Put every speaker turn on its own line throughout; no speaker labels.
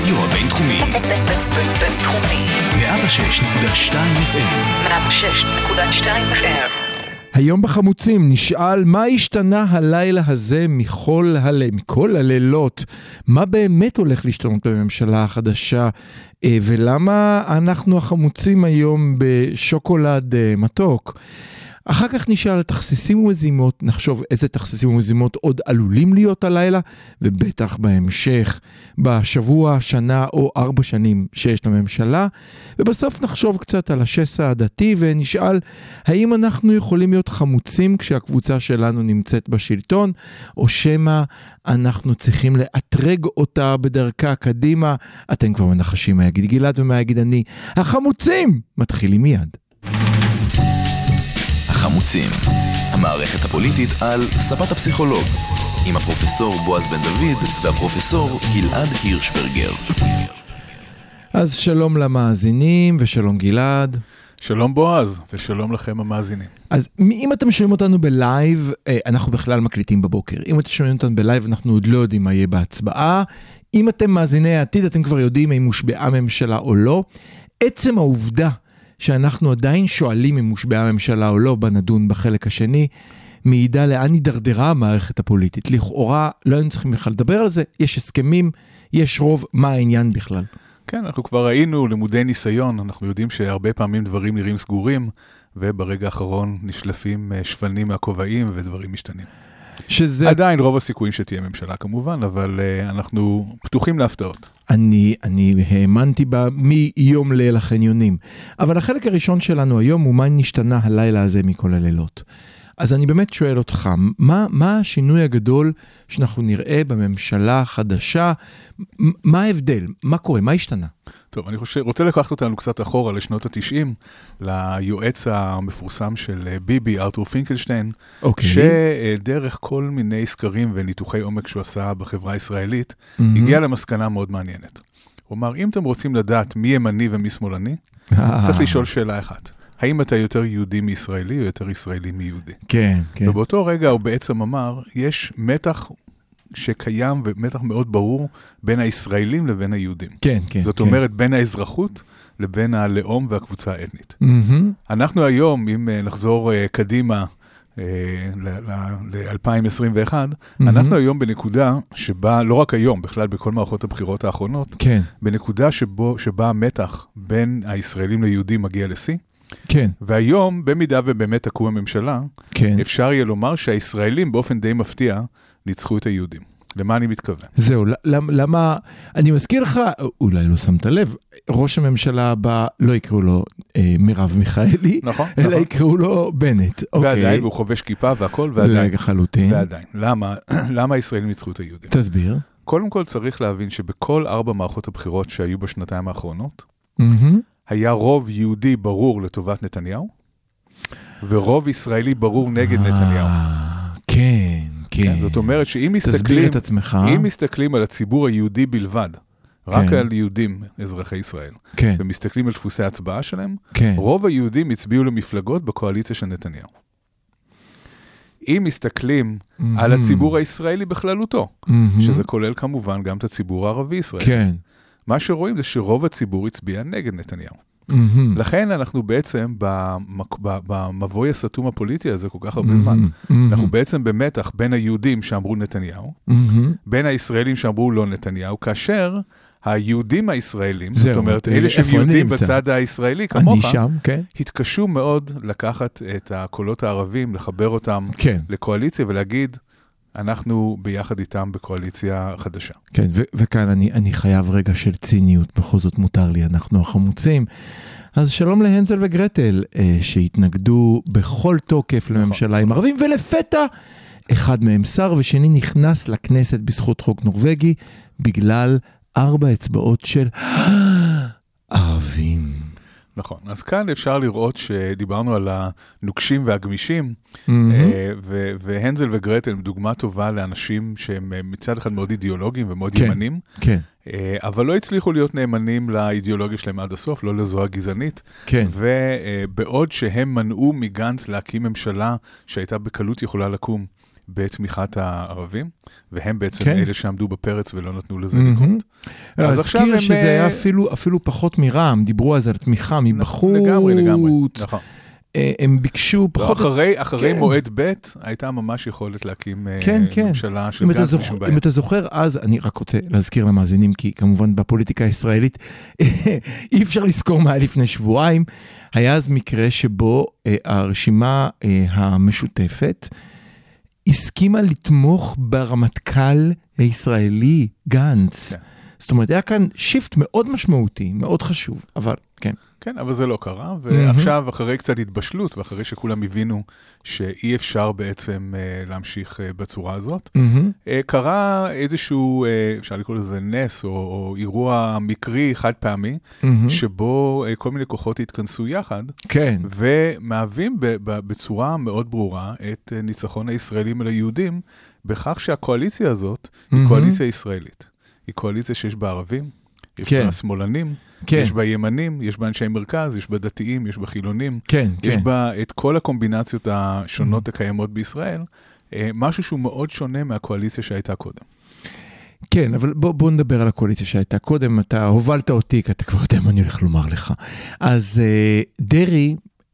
הרדיו הבינתחומי.
בינתחומי.
106.2 FM.
106.2 FM.
היום בחמוצים נשאל מה השתנה הלילה הזה מכל הלילות, מה באמת הולך להשתנות בממשלה החדשה, ולמה אנחנו החמוצים היום בשוקולד מתוק. אחר כך נשאל על תכסיסים ומזימות, נחשוב איזה תכסיסים ומזימות עוד עלולים להיות הלילה, ובטח בהמשך, בשבוע, שנה או 4 שנים שיש לממשלה, ובסוף נחשוב קצת על השסע הדתי, ונשאל האם אנחנו יכולים להיות חמוצים כשהקבוצה שלנו נמצאת בשלטון, או שמה אנחנו צריכים לאתרג אותה בדרכה קדימה. אתם כבר מנחשים מה יגיד גלעד ומה יגיד אני. החמוצים מתחילים מיד.
החמוצים, המערכת הפוליטית על ספת הפסיכולוג, עם הפרופסור בועז בן דוד והפרופסור גלעד הירשברגר.
אז שלום למאזינים ושלום גלעד.
שלום בועז ושלום לכם המאזינים.
אז אם אתם שומעים אותנו בלייב, אנחנו בכלל מקליטים בבוקר. אם אתם שומעים אותנו בלייב, אנחנו עוד לא יודעים מה יהיה בהצבעה. אם אתם מאזיני העתיד, אתם כבר יודעים אם מושבעה ממשלה או לא. עצם העובדה שאנחנו עדיין שואלים אם מושבעה הממשלה או לא, בנדון בחלק השני, מעידה לאן הידרדרה המערכת הפוליטית. לכאורה לא היינו צריכים בכלל לדבר על זה, יש הסכמים, יש רוב, מה העניין בכלל?
כן, אנחנו כבר ראינו לימודי ניסיון, אנחנו יודעים שהרבה פעמים דברים נראים סגורים, וברגע האחרון נשלפים שפנים מהכובעים ודברים משתנים. עדיין רוב הסיכויים שתהיה ממשלה כמובן, אבל אנחנו פתוחים להפתעות.
אני האמנתי בה מיום ליל החניונים. אבל החלק הראשון שלנו היום הוא מה נשתנה הלילה הזה מכל הלילות. אז אני באמת שואל אותך, מה השינוי הגדול שאנחנו נראה בממשלה החדשה? מה ההבדל? מה קורה? מה השתנה?
טוב, אני רוצה לקחת אותנו קצת אחורה לשנות ה-90, ליועץ המפורסם של ביבי, ארתור פינקלשטיין, שדרך כל מיני סקרים וניתוחי עומק שהוא עשה בחברה הישראלית, הגיע למסקנה מאוד מעניינת. הוא אמר, אם אתם רוצים לדעת מי ימני ומי שמאלני, צריך לשאול שאלה אחת. האם אתה יותר יהודי מישראלי או יותר ישראלי מיהודי?
כן, כן.
ובאותו רגע הוא בעצם אמר, יש מתח שקיים ומתח מאוד ברור בין הישראלים לבין היהודים.
כן, כן.
זאת אומרת, בין האזרחות לבין הלאום והקבוצה האתנית. אנחנו היום, אם נחזור קדימה ל-2021, אנחנו היום בנקודה שבה, לא רק היום, בכלל בכל מערכות הבחירות האחרונות, בנקודה שבה המתח בין הישראלים ליהודים מגיע לשיא,
כן.
והיום, במידה ובאמת תקום הממשלה, אפשר יהיה לומר שהישראלים באופן די מפתיע ניצחו את היהודים. למה אני מתכוון?
זהו, למה, אני מזכיר לך, אולי לא שמת לב, ראש הממשלה הבא לא יקראו לו מרב מיכאלי, אלא יקראו לו בנט.
ועדיין, הוא חובש כיפה והכל, ועדיין.
לחלוטין.
ועדיין. למה הישראלים ניצחו את היהודים?
תסביר.
קודם כל צריך להבין שבכל 4 מערכות הבחירות שהיו בשנתיים האחרונות, היה רוב יהודי ברור לטובת נתניהו, ורוב ישראלי ברור נגד נתניהו.
כן, כן.
זאת אומרת שאם מסתכלים על הציבור היהודי בלבד, רק על יהודים אזרחי ישראל, ומסתכלים על דפוסי ההצבעה שלהם, רוב היהודים הצביעו למפלגות בקואליציה של נתניהו. אם מסתכלים על הציבור הישראלי בכללותו, שזה כולל כמובן גם את הציבור הערבי ישראלי, מה שרואים זה שרוב הציבור הצביע נגד נתניהו. לכן אנחנו בעצם במבוי הסתום הפוליטי הזה כל כך הרבה זמן, אנחנו בעצם במתח בין היהודים שאמרו נתניהו, בין הישראלים שאמרו לא נתניהו, כאשר היהודים הישראלים, זאת אומרת, אלה שהם יהודים בצד הישראלי, כמוך, התקשו מאוד לקחת את הקולות הערבים, לחבר אותם לקואליציה ולהגיד, אנחנו ביחד איתם בקואליציה חדשה.
כן, וכאן אני חייב רגע של ציניות, בכל זאת מותר לי, אנחנו החמוצים. אז שלום להנזל וגרטל, שהתנגדו בכל תוקף לממשלה עם ערבים, ולפתע אחד מהם שר ושני נכנס לכנסת בזכות חוק נורווגי, בגלל 4 אצבעות של ערבים.
נכון, אז כאן אפשר לראות שדיברנו על הנוקשים והגמישים, והנזל וגרטל הם דוגמה טובה לאנשים שהם מצד אחד מאוד אידיאולוגיים ומאוד ימנים, אבל לא הצליחו להיות נאמנים לאידיאולוגיה שלהם עד הסוף, לא לזו הגזענית, ובעוד שהם מנעו מגנץ להקים ממשלה שהייתה בקלות יכולה לקום בתמיכת הערבים, והם בעצם אלה שעמדו בפרץ ולא נתנו לזה לקרות.
אז עכשיו שזה היה אפילו פחות מרעם, דיברו אז על תמיכה מבחוץ.
לגמרי, נכון.
הם ביקשו פחות...
אחרי מועד ב' הייתה ממש יכולת להקים ממשלה של גנץ משום בעיה.
אם אתה זוכר, אז אני רק רוצה להזכיר למאזינים, כי כמובן בפוליטיקה הישראלית אי אפשר לזכור מה היה לפני שבועיים, היה אז מקרה שבו הרשימה המשותפת הסכימה לתמוך ברמטכ"ל הישראלי גנץ. זאת אומרת, היה כאן שיפט מאוד משמעותי, מאוד חשוב, אבל כן.
כן, אבל זה לא קרה, ועכשיו אחרי קצת התבשלות, ואחרי שכולם הבינו שאי אפשר בעצם להמשיך בצורה הזאת, קרה איזשהו, אפשר לקרוא לזה נס, או אירוע מקרי חד פעמי, שבו כל מיני כוחות התכנסו יחד, ומהווים בצורה מאוד ברורה את ניצחון הישראלים על היהודים, בכך שהקואליציה הזאת היא קואליציה ישראלית. היא קואליציה שיש בה ערבים, יש בה שמאלנים, יש בה ימנים, יש בה אנשי מרכז, יש בה דתיים, יש בה חילונים, יש בה את כל הקומבינציות השונות הקיימות בישראל, משהו שהוא מאוד שונה מהקואליציה שהייתה קודם.
כן, אבל בוא נדבר על הקואליציה שהייתה קודם, אתה הובלת אותי, כי אתה כבר יודע מה אני הולך לומר לך. אז דרי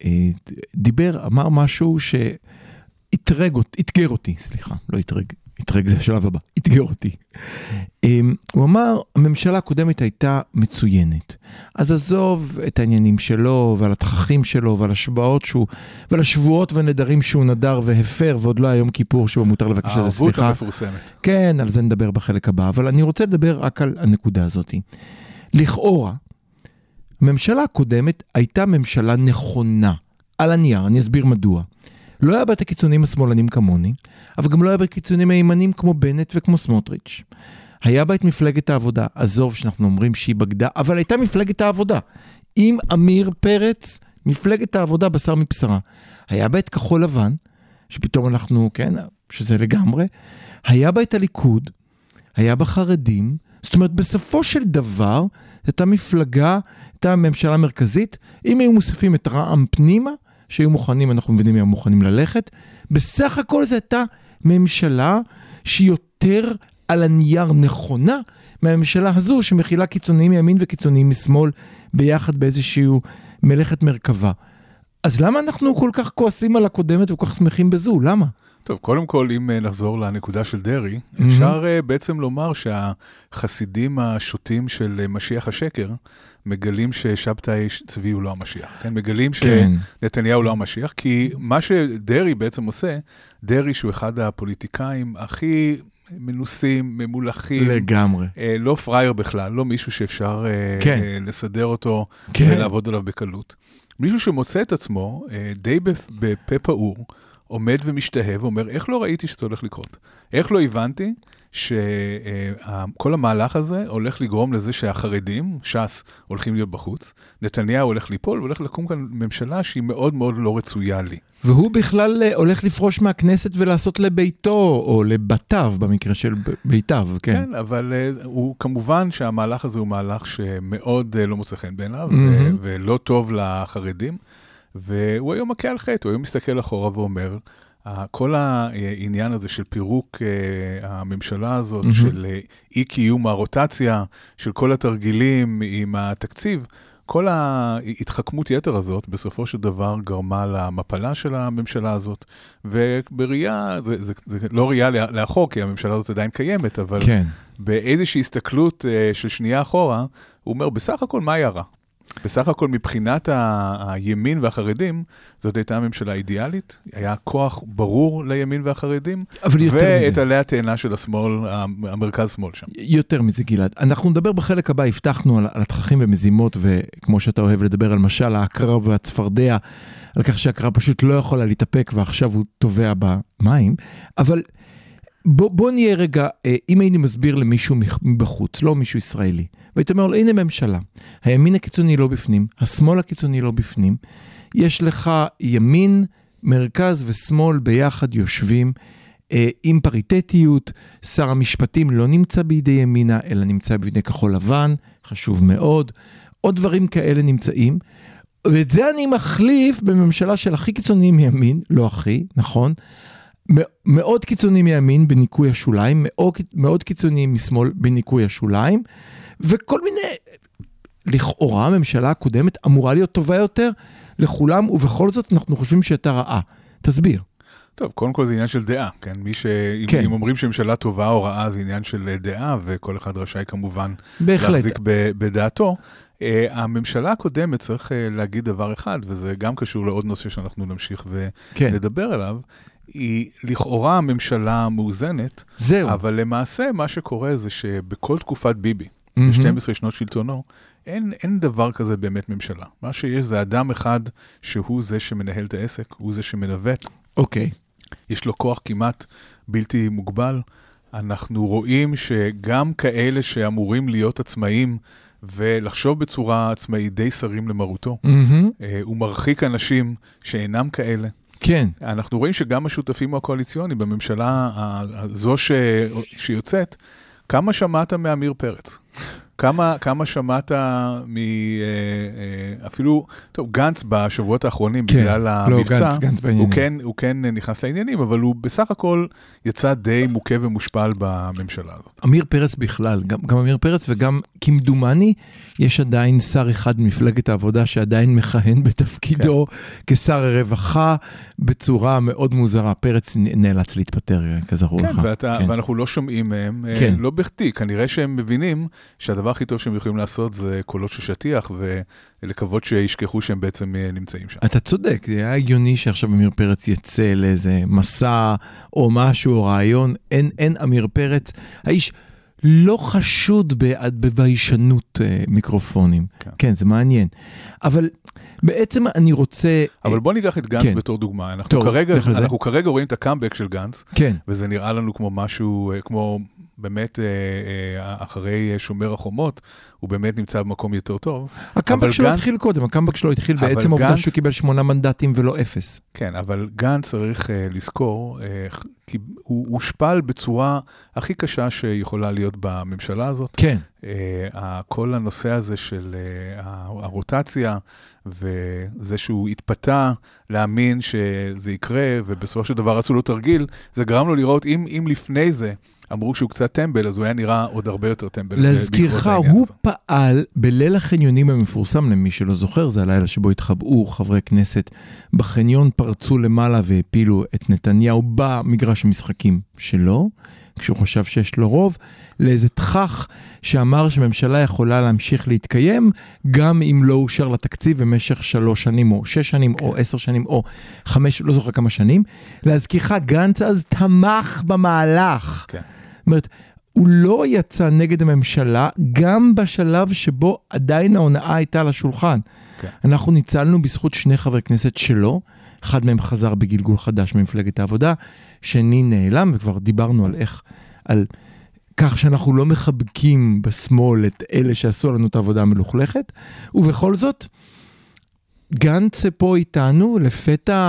אמר משהו שהתגר אותי, לא התרג זה השלב הבא, התגר אותי. הוא אמר, הממשלה הקודמת הייתה מצוינת. אז עזוב את העניינים שלו, ועל התככים שלו, ועל השבועות ועל השבועות ונדרים שהוא נדר והפר, ועוד לא היום כיפור שבו מותר לבקש איזה סליחה.
הערבות המפורסמת.
כן, על זה נדבר בחלק הבא, אבל אני רוצה לדבר רק על הנקודה הזאת. לכאורה, הממשלה הקודמת הייתה ממשלה נכונה, על הנייר, אני אסביר מדוע. לא היה בה את הקיצונים השמאלנים כמוני, אבל גם לא היה בה קיצונים הימנים כמו בנט וכמו סמוטריץ'. היה בה את מפלגת העבודה, עזוב שאנחנו אומרים שהיא בגדה, אבל הייתה מפלגת העבודה. עם אמיר פרץ, מפלגת העבודה בשר מבשרה. היה בה את כחול לבן, שפתאום אנחנו, כן, שזה לגמרי. היה בה את הליכוד, היה בה חרדים. זאת אומרת, בסופו של דבר, הייתה מפלגה, הייתה ממשלה מרכזית. אם היו מוסיפים את רע"מ פנימה, שהיו מוכנים, אנחנו מבינים, היו מוכנים ללכת. בסך הכל זו הייתה ממשלה שהיא יותר על הנייר נכונה מהממשלה הזו, שמכילה קיצוניים מימין וקיצוניים משמאל ביחד באיזשהו מלאכת מרכבה. אז למה אנחנו כל כך כועסים על הקודמת וכל כך שמחים בזו? למה?
טוב, קודם כל, אם נחזור לנקודה של דרי, אפשר בעצם לומר שהחסידים השוטים של משיח השקר, מגלים ששבתאי צבי הוא לא המשיח, כן? מגלים שנתניהו לא המשיח, כי מה שדרי בעצם עושה, דרי שהוא אחד הפוליטיקאים הכי מנוסים, ממולכים,
לגמרי.
לא פרייר בכלל, לא מישהו שאפשר לסדר אותו ולעבוד עליו בקלות. מישהו שמוצא את עצמו די בפה פעור, עומד ומשתהב ואומר, איך לא ראיתי שזה הולך לקרות? איך לא הבנתי שכל המהלך הזה הולך לגרום לזה שהחרדים, ש"ס, הולכים להיות בחוץ, נתניהו הולך ליפול, והולך לקום כאן ממשלה שהיא מאוד מאוד לא רצויה לי.
והוא בכלל הולך לפרוש מהכנסת ולעשות לביתו, או לבתיו, במקרה של ביתיו, כן.
כן, אבל הוא כמובן שהמהלך הזה הוא מהלך שמאוד לא מוצא חן בעיניו, ולא טוב לחרדים, והוא היום מכה על חטא, הוא היום מסתכל אחורה ואומר, כל העניין הזה של פירוק הממשלה הזאת, של אי קיום הרוטציה, של כל התרגילים עם התקציב, כל ההתחכמות יתר הזאת בסופו של דבר גרמה למפלה של הממשלה הזאת, ובראייה, זה לא ראייה לאחור, כי הממשלה הזאת עדיין קיימת, אבל באיזושהי הסתכלות של שנייה אחורה, הוא אומר, בסך הכל מה ירה? בסך הכל מבחינת הימין והחרדים, זאת הייתה ממשלה אידיאלית, היה כוח ברור לימין והחרדים, ואת עלי התאנה של השמאל, המרכז שמאל שם.
יותר מזה גלעד, אנחנו נדבר בחלק הבא, הבטחנו על התככים ומזימות, וכמו שאתה אוהב לדבר על משל העקרב והצפרדע, על כך שהעקרב פשוט לא יכולה להתאפק, ועכשיו הוא טובע במים, אבל בוא נהיה רגע, אם הייתי מסביר למישהו מבחוץ, לא מישהו ישראלי, והייתי אומר לו, הנה ממשלה, הימין הקיצוני לא בפנים, השמאל הקיצוני לא בפנים, יש לך ימין, מרכז ושמאל ביחד יושבים, עם פריטטיות, שר המשפטים לא נמצא בידי ימינה, אלא נמצא בידי כחול לבן, חשוב מאוד, עוד דברים כאלה נמצאים, ואת זה אני מחליף בממשלה של הכי קיצוניים ימין, לא הכי, נכון? מאוד קיצוני מימין בניקוי השוליים, מאוד קיצוני משמאל בניקוי השוליים, וכל מיני, לכאורה הממשלה הקודמת אמורה להיות טובה יותר לכולם, ובכל זאת אנחנו חושבים שהייתה רעה. תסביר.
טוב, קודם כל זה עניין של דעה, כן? אם אומרים שממשלה טובה או רעה זה עניין של דעה, וכל אחד רשאי כמובן להחזיק בדעתו. הממשלה הקודמת צריך להגיד דבר אחד, וזה גם קשור לעוד נושא שאנחנו נמשיך ולדבר עליו, היא לכאורה הממשלה מאוזנת, אבל למעשה מה שקורה זה שבכל תקופת ביבי, ב-12 שנות שלטונו, אין דבר כזה באמת ממשלה. מה שיש זה אדם אחד שהוא זה שמנהל את העסק, הוא זה שמנווט.
אוקיי.
יש לו כוח כמעט בלתי מוגבל. אנחנו רואים שגם כאלה שאמורים להיות עצמאים ולחשוב בצורה עצמאית די שרים למרותו, הוא מרחיק אנשים שאינם כאלה.
כן.
אנחנו רואים שגם השותפים הקואליציוניים בממשלה הזו שיוצאת, כמה שמעת מאמיר פרץ? כמה שמעת אפילו, טוב, גנץ בשבועות האחרונים, בגלל המבצע, הוא כן נכנס לעניינים, אבל הוא בסך הכל יצא די מוכה ומושפל בממשלה הזאת.
אמיר פרץ בכלל, גם אמיר פרץ וגם כמדומני, יש עדיין שר אחד במפלגת העבודה שעדיין מכהן בתפקידו כשר הרווחה בצורה מאוד מוזרה. פרץ נאלץ להתפטר, כזכור לך.
כן, ואנחנו לא שומעים מהם, לא בכדי, כנראה שהם מבינים שהדבר הכי טוב שהם יכולים לעשות זה קולות ששטיח, ולקוות שישכחו שהם בעצם נמצאים שם.
אתה צודק, זה היה הגיוני שעכשיו אמיר פרץ יצא לאיזה מסע או משהו או רעיון, אין אמיר פרץ, האיש לא חשוד בביישנות מיקרופונים. כן, זה מעניין. אבל בעצם אני רוצה...
אבל בוא ניקח את גנץ בתור דוגמה. אנחנו כרגע רואים את הקאמבק של גנץ, וזה נראה לנו כמו משהו, כמו... באמת, אחרי שומר החומות, הוא באמת נמצא במקום יותר טוב.
הקאמבק שלו התחיל קודם, הקאמבק שלו התחיל בעצם עובדה שהוא קיבל 8 מנדטים ולא 0.
כן, אבל גנץ צריך לזכור, כי הוא הושפל בצורה הכי קשה שיכולה להיות בממשלה הזאת.
כן.
כל הנושא הזה של הרוטציה, וזה שהוא התפתה להאמין שזה יקרה, ובסופו של דבר עשו לו תרגיל, זה גרם לו לראות, אם לפני זה, אמרו שהוא קצת טמבל, אז הוא היה נראה עוד הרבה יותר טמבל.
להזכירך, הוא פעל בליל החניונים המפורסם, למי שלא זוכר, זה הלילה שבו התחבאו חברי כנסת בחניון, פרצו למעלה והפילו את נתניהו במגרש המשחקים שלו, כשהוא חשב שיש לו רוב, לאיזה תכח שאמר שממשלה יכולה להמשיך להתקיים, גם אם לא אושר לתקציב במשך 3 שנים, או 6 שנים, או 10 שנים, או 5, לא זוכר כמה שנים. להזכירך, גנץ אז תמך במהלך. כן. זאת אומרת, הוא לא יצא נגד הממשלה, גם בשלב שבו עדיין ההונאה הייתה על השולחן. כן. אנחנו ניצלנו בזכות 2 חברי כנסת שלו, אחד מהם חזר בגלגול חדש ממפלגת העבודה, שני נעלם, וכבר דיברנו על איך, על כך שאנחנו לא מחבקים בשמאל את אלה שעשו לנו את העבודה המלוכלכת, ובכל זאת, גנץ פה איתנו לפתע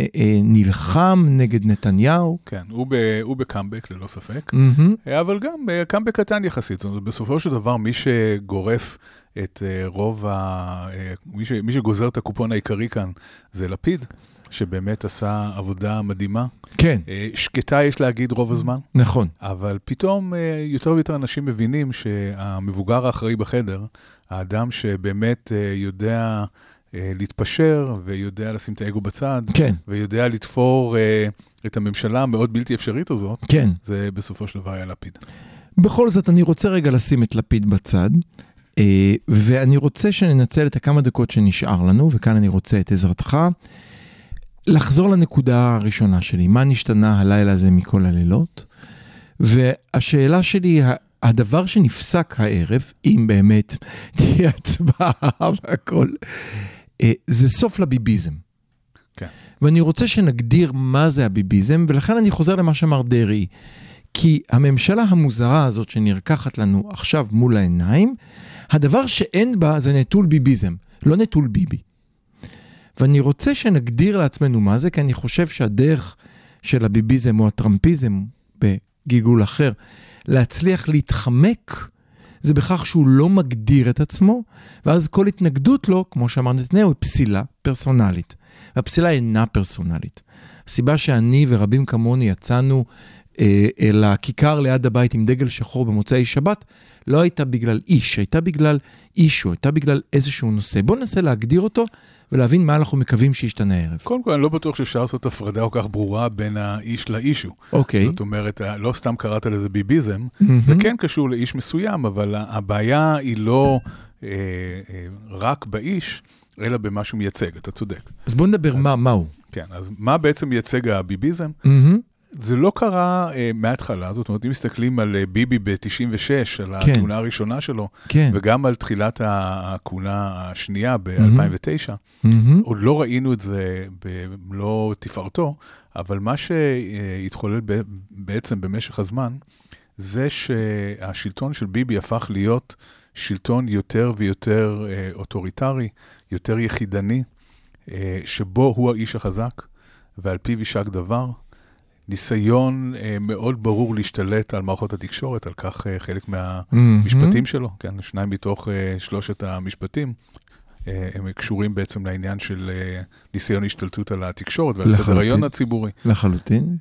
נלחם נגד נתניהו.
כן, הוא בקאמבק ללא ספק, אבל גם קאמבק קטן יחסית, זאת אומרת, בסופו של דבר מי שגורף את רוב, מי שגוזר את הקופון העיקרי כאן זה לפיד, שבאמת עשה עבודה מדהימה.
כן.
שקטה יש להגיד רוב הזמן.
נכון.
אבל פתאום יותר ויותר אנשים מבינים שהמבוגר האחראי בחדר, האדם שבאמת יודע להתפשר ויודע לשים את האגו בצד,
כן.
ויודע לתפור את הממשלה המאוד בלתי אפשרית הזאת,
כן.
זה בסופו של דבר היה לפיד.
בכל זאת אני רוצה רגע לשים את לפיד בצד, ואני רוצה שננצל את הכמה דקות שנשאר לנו, וכאן אני רוצה את עזרתך, לחזור לנקודה הראשונה שלי, מה נשתנה הלילה הזה מכל הלילות, והשאלה שלי, הדבר שנפסק הערב, אם באמת תהיה הצבעה והכל, זה סוף לביביזם.
כן.
ואני רוצה שנגדיר מה זה הביביזם, ולכן אני חוזר למה שאמר דרעי, כי הממשלה המוזרה הזאת שנרקחת לנו עכשיו מול העיניים, הדבר שאין בה זה נטול ביביזם, לא נטול ביבי. ואני רוצה שנגדיר לעצמנו מה זה, כי אני חושב שהדרך של הביביזם או הטראמפיזם בגלגול אחר, להצליח להתחמק, זה בכך שהוא לא מגדיר את עצמו, ואז כל התנגדות לו, כמו שאמר נתניהו, היא פסילה פרסונלית. והפסילה אינה פרסונלית. הסיבה שאני ורבים כמוני יצאנו אל הכיכר ליד הבית עם דגל שחור במוצאי שבת, לא הייתה בגלל איש, הייתה בגלל אישו, הייתה בגלל איזשהו נושא. בואו ננסה להגדיר אותו ולהבין מה אנחנו מקווים שישתנה הערב.
קודם כל, אני לא בטוח שאפשר לעשות הפרדה כל כך ברורה בין האיש לאישו.
אוקיי.
זאת אומרת, לא סתם קראת לזה ביביזם, זה כן קשור לאיש מסוים, אבל הבעיה היא לא רק באיש, אלא במה שהוא מייצג, אתה צודק.
אז בואו נדבר מה הוא.
כן, אז מה בעצם מייצג הביביזם? זה לא קרה מההתחלה, זאת אומרת, אם מסתכלים על ביבי ב-96, על הכהונה הראשונה שלו, וגם על תחילת הכהונה השנייה ב-2009, עוד לא ראינו את זה במלוא תפארתו, אבל מה שהתחולל בעצם במשך הזמן, זה שהשלטון של ביבי הפך להיות שלטון יותר ויותר אוטוריטרי, יותר יחידני, שבו הוא האיש החזק, ועל פיו יישק דבר, ניסיון מאוד ברור להשתלט על מערכות התקשורת, על כך חלק מהמשפטים שלו, כן, 2 מתוך 3 המשפטים, הם קשורים בעצם לעניין של ניסיון השתלטות על התקשורת ועל סדר היום הציבורי.
לחלוטין.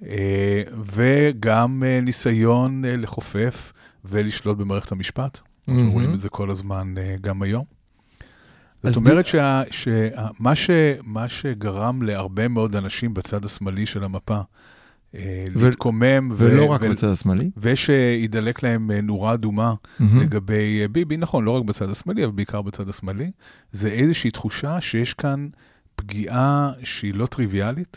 וגם ניסיון לחופף ולשלוט במערכת המשפט. אנחנו רואים את זה כל הזמן גם היום. זאת אומרת שמה שגרם להרבה מאוד אנשים בצד השמאלי של המפה, להתקומם,
ולא רק בצד השמאלי,
ושידלק להם נורה אדומה לגבי ביבי, נכון, לא רק בצד השמאלי, אבל בעיקר בצד השמאלי, זה איזושהי תחושה שיש כאן פגיעה שהיא לא טריוויאלית,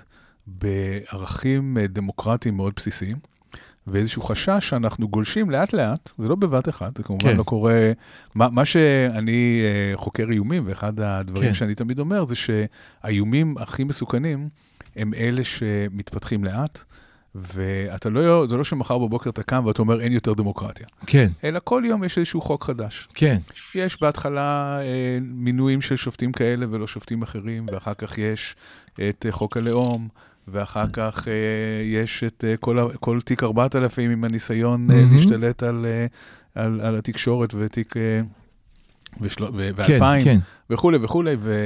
בערכים דמוקרטיים מאוד בסיסיים, ואיזשהו חשש שאנחנו גולשים לאט לאט, זה לא בבת אחד, זה כמובן לא קורה, מה שאני חוקר איומים, ואחד הדברים שאני תמיד אומר, זה שהאיומים הכי מסוכנים, הם אלה שמתפתחים לאט, ואתה לא, זה לא שמחר בבוקר אתה קם ואתה אומר אין יותר דמוקרטיה.
כן.
אלא כל יום יש איזשהו חוק חדש.
כן. יש
בהתחלה מינויים של שופטים כאלה ולא שופטים אחרים, ואחר כך יש את חוק הלאום, ואחר כך יש את כל תיק 4000 עם הניסיון להשתלט על התקשורת ותיק ו-2000 וכו' וכו'.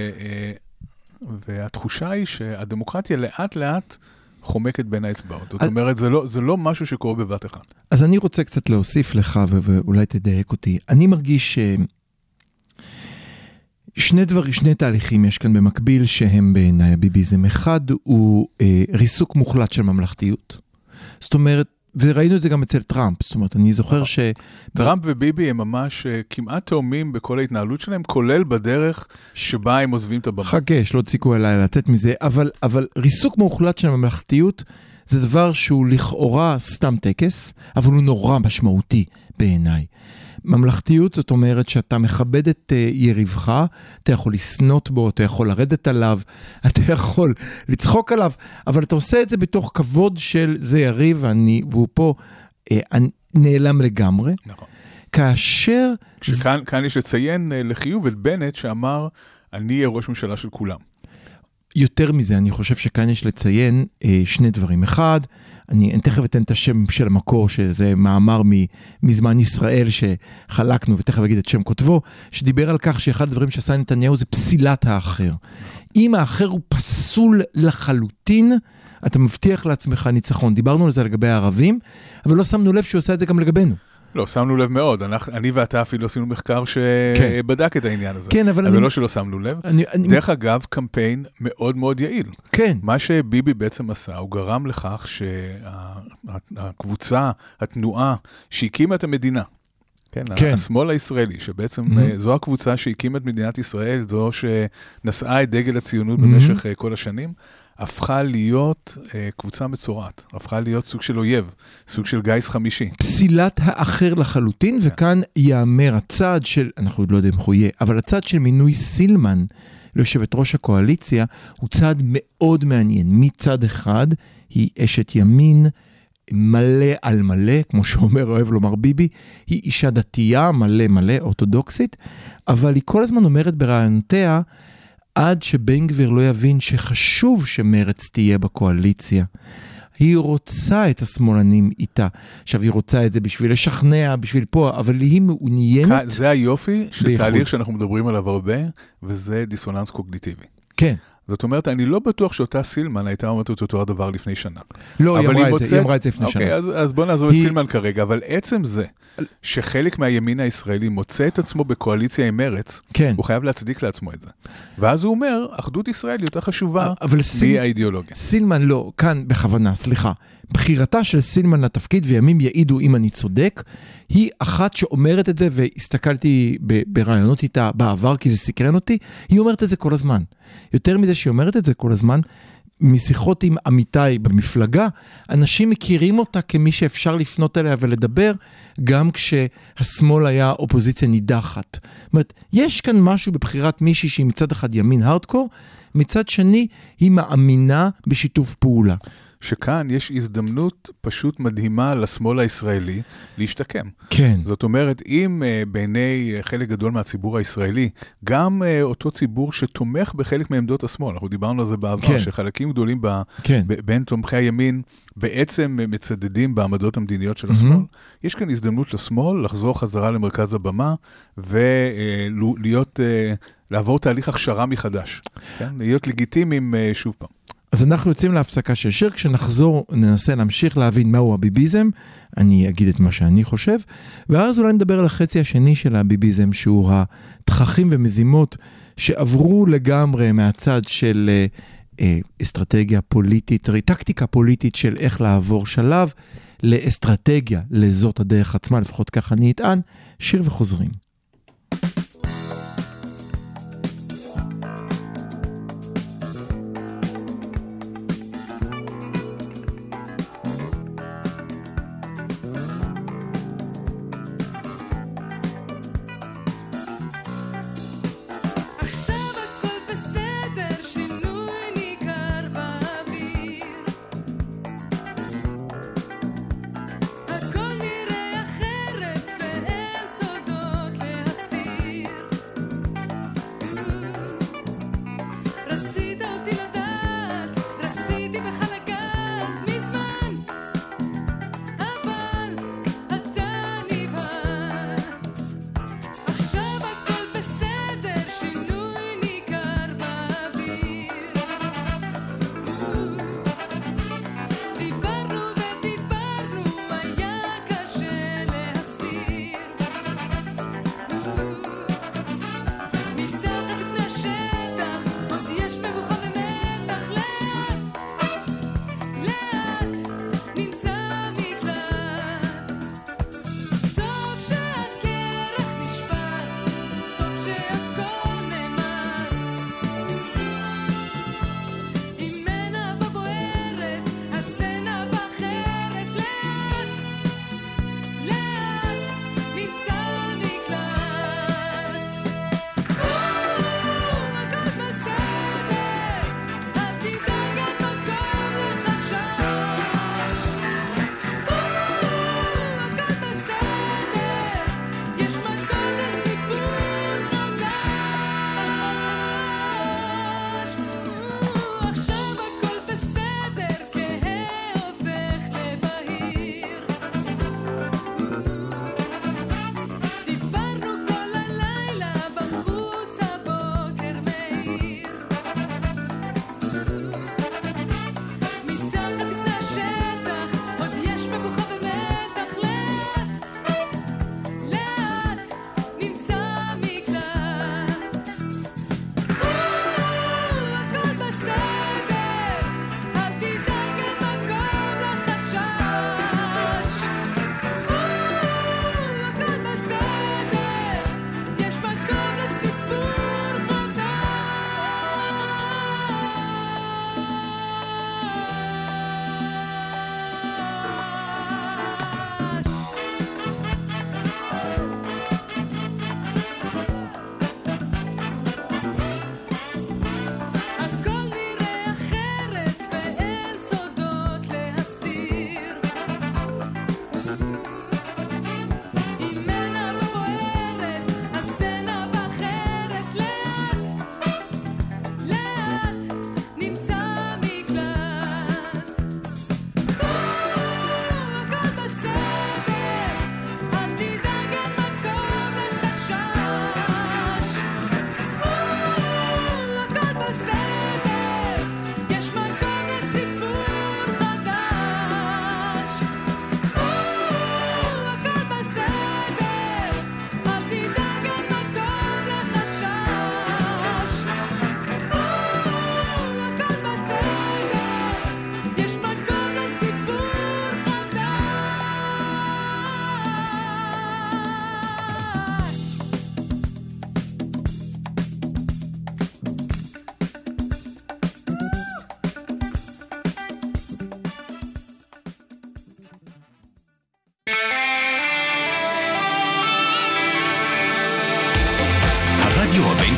והתחושה היא שהדמוקרטיה לאט לאט חומקת בין האצבעות. זאת אומרת, זה לא משהו שקורה בבת אחד.
אז אני רוצה קצת להוסיף לך, ואולי תדייק אותי. אני מרגיש שני תהליכים יש כאן במקביל שהם בעיניי הביביזם. אחד הוא ריסוק מוחלט של ממלכתיות. זאת אומרת, וראינו את זה גם אצל טראמפ, זאת אומרת, אני זוכר
טראמפ וביבי הם ממש כמעט תאומים בכל ההתנהלות שלהם, כולל בדרך שבה הם עוזבים את הבמה.
חכה, שלא תציקו אליי לצאת מזה, אבל ריסוק מוחלט של הממלכתיות, זה דבר שהוא לכאורה סתם טקס, אבל הוא נורא משמעותי בעיניי. ממלכתיות זאת אומרת שאתה מכבד את יריבך, אתה יכול לסנות בו, אתה יכול לרדת עליו, אתה יכול לצחוק עליו, אבל אתה עושה את זה בתוך כבוד של זה יריב, והוא פה נעלם לגמרי.
נכון.
כאשר...
כאן יש לציין לחיוב את בנט שאמר, אני אהיה ראש ממשלה של כולם.
יותר מזה, אני חושב שכאן יש לציין שני דברים. אחד, אני תכף אתן את השם של המקור, שזה מאמר מזמן ישראל שחלקנו, ותכף אגיד את שם כותבו, שדיבר על כך שאחד הדברים שעשה נתניהו זה פסילת האחר. אם האחר הוא פסול לחלוטין, אתה מבטיח לעצמך ניצחון. דיברנו על זה לגבי הערבים, אבל לא שמנו לב שהוא עושה את זה גם לגבינו.
לא, שמנו לב מאוד. אני ואתה אפילו עשינו מחקר שבדק את העניין הזה.
כן, אבל
זה לא שלא שמנו לב. דרך אגב, קמפיין מאוד מאוד יעיל.
כן.
מה שביבי בעצם עשה, הוא גרם לכך שהקבוצה, התנועה שהקימה את המדינה, כן, השמאל הישראלי, שבעצם זו הקבוצה שהקימה את מדינת ישראל, זו שנשאה את דגל הציונות במשך כל השנים, הפכה להיות קבוצה מצורעת, הפכה להיות סוג של אויב, סוג של גייס חמישי.
פסילת האחר לחלוטין, וכאן יאמר הצעד של, אנחנו עוד לא יודעים איך הוא יהיה, אבל הצעד של מינוי סילמן ליושבת ראש הקואליציה, הוא צעד מאוד מעניין. מצד אחד, היא אשת ימין, מלא על מלא, כמו שאומר, אוהב לומר ביבי, היא אישה דתייה, מלא מלא, אורתודוקסית, אבל היא כל הזמן אומרת ברעיונותיה, עד שבן גביר לא יבין שחשוב שמרץ תהיה בקואליציה. היא רוצה את השמאלנים איתה. עכשיו, היא רוצה את זה בשביל לשכנע, בשביל פה, אבל היא מעוניינת...
זה היופי של תהליך שאנחנו מדברים עליו הרבה, וזה דיסוננס קוגניטיבי.
כן.
זאת אומרת, אני לא בטוח שאותה סילמן הייתה אומרת את אותו הדבר לפני שנה.
לא, היא אמרה את זה לפני שנה.
אוקיי, אז בוא נעזוב את סילמן כרגע, אבל עצם זה, שחלק מהימין הישראלי מוצא את עצמו בקואליציה עם מרץ, הוא חייב להצדיק לעצמו את זה. ואז הוא אומר, אחדות ישראל יותר חשובה מהאידיאולוגיה.
סילמן לא, כאן בכוונה, סליחה. בחירתה של סילמן לתפקיד, וימים יעידו אם אני צודק, היא אחת שאומרת את זה, והסתכלתי ברעיונות איתה בעבר, כי זה סקרן אותי, היא אומרת את זה כל הזמן. יותר מזה שהיא אומרת את זה כל הזמן, משיחות עם עמיתי במפלגה, אנשים מכירים אותה כמי שאפשר לפנות אליה ולדבר, גם כשהשמאל היה אופוזיציה נידחת. זאת אומרת, יש כאן משהו בבחירת מישהי שהיא מצד אחד ימין הארדקור, מצד שני היא מאמינה בשיתוף פעולה.
שכאן יש הזדמנות פשוט מדהימה לשמאל הישראלי להשתקם.
כן.
זאת אומרת, אם בעיני חלק גדול מהציבור הישראלי, גם אותו ציבור שתומך בחלק מעמדות השמאל, אנחנו דיברנו על זה בעבר, כן. שחלקים גדולים בין תומכי הימין בעצם מצדדים בעמדות המדיניות של השמאל, יש כאן הזדמנות לשמאל לחזור חזרה למרכז הבמה, ולהיות, לעבור תהליך הכשרה מחדש. כן? להיות לגיטימיים שוב פעם.
אז אנחנו יוצאים להפסקה של שיר, כשנחזור ננסה להמשיך להבין מהו הביביזם, אני אגיד את מה שאני חושב, ואז אולי נדבר על החצי השני של הביביזם, שהוא התככים ומזימות שעברו לגמרי מהצד של אסטרטגיה פוליטית, טקטיקה פוליטית של איך לעבור שלב, לאסטרטגיה, לזאת הדרך עצמה, לפחות ככה אני אטען, שיר וחוזרים.
הכל נראה אחרת ואין סודות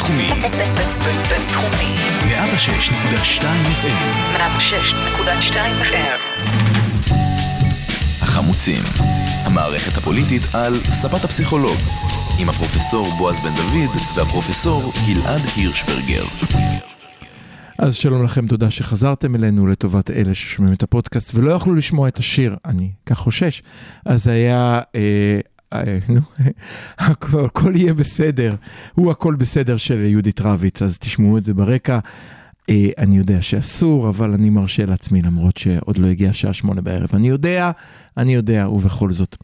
בינתחומי.
בינתחומי.
106.2 FM.
106.2 FM.
החמוצים, המערכת הפוליטית על ספת הפסיכולוג, עם הפרופסור בועז בן דוד והפרופסור גלעד הירשברגר.
אז שלום לכם, תודה שחזרתם אלינו לטובת אלה ששומעים את הפודקאסט ולא יכלו לשמוע את השיר, אני כך חושש. אז היה, הכל יהיה בסדר, הוא הכל בסדר של יהודית רביץ, אז תשמעו את זה ברקע. אני יודע שאסור, אבל אני מרשה לעצמי, למרות שעוד לא הגיע השעה 8 בערב. אני יודע, ובכל זאת.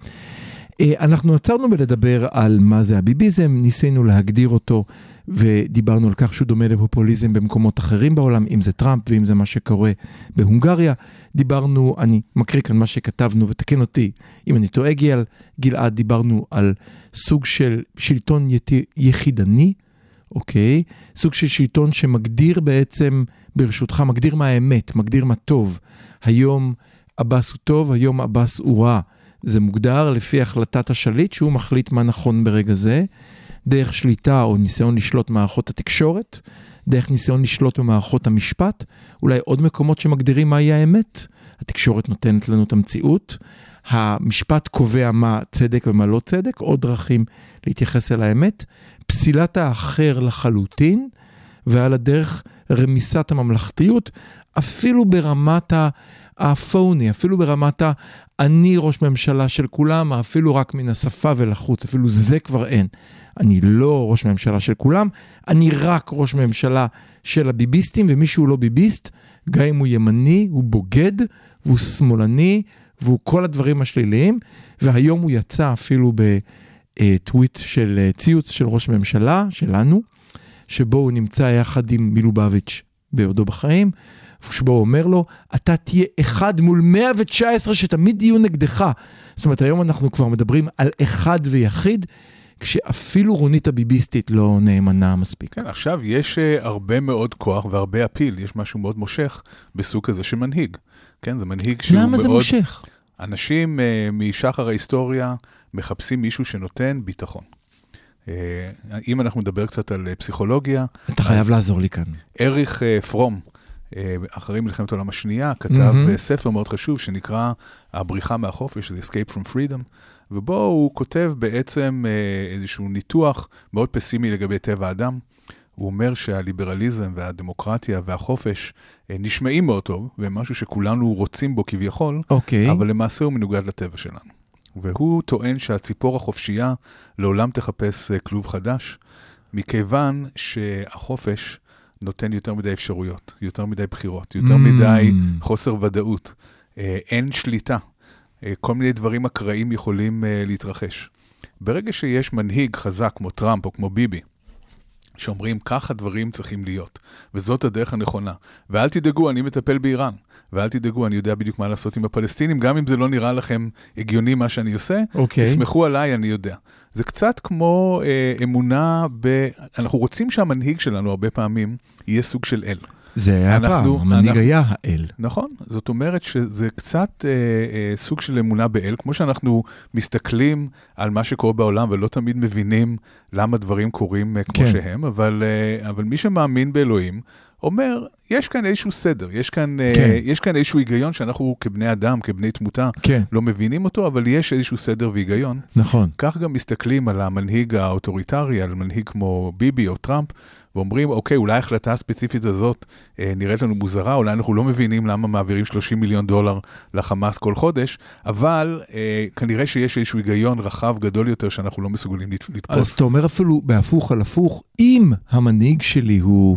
אנחנו עצרנו בלדבר על מה זה הביביזם, ניסינו להגדיר אותו, ודיברנו על כך שהוא דומה לפופוליזם במקומות אחרים בעולם, אם זה טראמפ ואם זה מה שקורה בהונגריה. דיברנו, אני מקריא כאן מה שכתבנו, ותקן אותי, אם אני טועה גלעד, דיברנו על סוג של שלטון יחידני, אוקיי? סוג של שלטון שמגדיר בעצם, ברשותך, מגדיר מה האמת, מגדיר מה טוב. היום אבס הוא טוב, היום אבס הוא רע. זה מוגדר לפי החלטת השליט, שהוא מחליט מה נכון ברגע זה, דרך שליטה או ניסיון לשלוט מערכות התקשורת, דרך ניסיון לשלוט במערכות המשפט, אולי עוד מקומות שמגדירים מהי האמת. התקשורת נותנת לנו את המציאות, המשפט קובע מה צדק ומה לא צדק, עוד דרכים להתייחס אל האמת, פסילת האחר לחלוטין, ועל הדרך רמיסת הממלכתיות, אפילו ברמת הפוני, אפילו ברמת אני ראש ממשלה של כולם, אפילו רק מן השפה ולחוץ, אפילו זה כבר אין. אני לא ראש ממשלה של כולם, אני רק ראש ממשלה של הביביסטים, ומי שהוא לא ביביסט, גם אם הוא ימני, הוא בוגד, והוא שמאלני, והוא כל הדברים השליליים, והיום הוא יצא אפילו בטוויט של ציוץ של ראש ממשלה, שלנו, שבו הוא נמצא יחד עם מילובביץ' בעודו בחיים, שבו הוא אומר לו, אתה תהיה אחד מול 119 שתמיד יהיו נגדך. זאת אומרת, היום אנחנו כבר מדברים על אחד ויחיד, כשאפילו רונית הביביסטית לא נאמנה מספיק.
כן, עכשיו יש הרבה מאוד כוח והרבה אפיל, יש משהו מאוד מושך בסוג כזה של מנהיג. כן, זה מנהיג שהוא מאוד...
למה זה מושך?
אנשים משחר ההיסטוריה מחפשים מישהו שנותן ביטחון. אם אנחנו נדבר קצת על פסיכולוגיה...
אתה חייב לעזור לי כאן.
אריך פרום, אחרי מלחמת העולם השנייה, כתב ספר מאוד חשוב שנקרא הבריחה מהחופש, זה Escape from Freedom, ובו הוא כותב בעצם איזשהו ניתוח מאוד פסימי לגבי טבע האדם. הוא אומר שהליברליזם והדמוקרטיה והחופש נשמעים מאוד טוב, ומשהו שכולנו רוצים בו כביכול, אבל למעשה הוא מנוגד לטבע שלנו. והוא טוען שהציפור החופשייה לעולם תחפש כלוב חדש, מכיוון שהחופש נותן יותר מדי אפשרויות, יותר מדי בחירות, יותר מדי חוסר ודאות, אין שליטה, כל מיני דברים אקראיים יכולים להתרחש. ברגע שיש מנהיג חזק כמו טראמפ או כמו ביבי, שאומרים ככה דברים צריכים להיות, וזאת הדרך הנכונה, ואל תדאגו, אני מטפל באיראן, ואל תדאגו, אני יודע בדיוק מה לעשות עם הפלסטינים, גם אם זה לא נראה לכם הגיוני מה שאני עושה, תסמכו עליי, אני יודע. זה קצת כמו אמונה אנחנו רוצים שהמנהיג שלנו הרבה פעמים יהיה סוג של אל.
זה היה פעם, המנהיג היה האל.
נכון, זאת אומרת שזה קצת סוג של אמונה באל, כמו שאנחנו מסתכלים על מה שקורה בעולם, ולא תמיד מבינים למה דברים קורים כמו שהם, אבל מי שמאמין באלוהים, אומר, יש כאן איזשהו סדר, יש כאן איזשהו היגיון שאנחנו כבני אדם, כבני תמותה, לא מבינים אותו, אבל יש איזשהו סדר והיגיון.
נכון.
כך גם מסתכלים על המנהיג האוטוריטרי, על מנהיג כמו ביבי או טראמפ, ואומרים, אוקיי, אולי ההחלטה הספציפית הזאת נראית לנו מוזרה, אולי אנחנו לא מבינים למה מעבירים $30 מיליון לחמאס כל חודש, אבל כנראה שיש איזשהו היגיון רחב גדול יותר שאנחנו לא מסוגלים לתפוס.
אז אתה אומר אפילו בהפוך על הפוך, אם המנהיג שלי הוא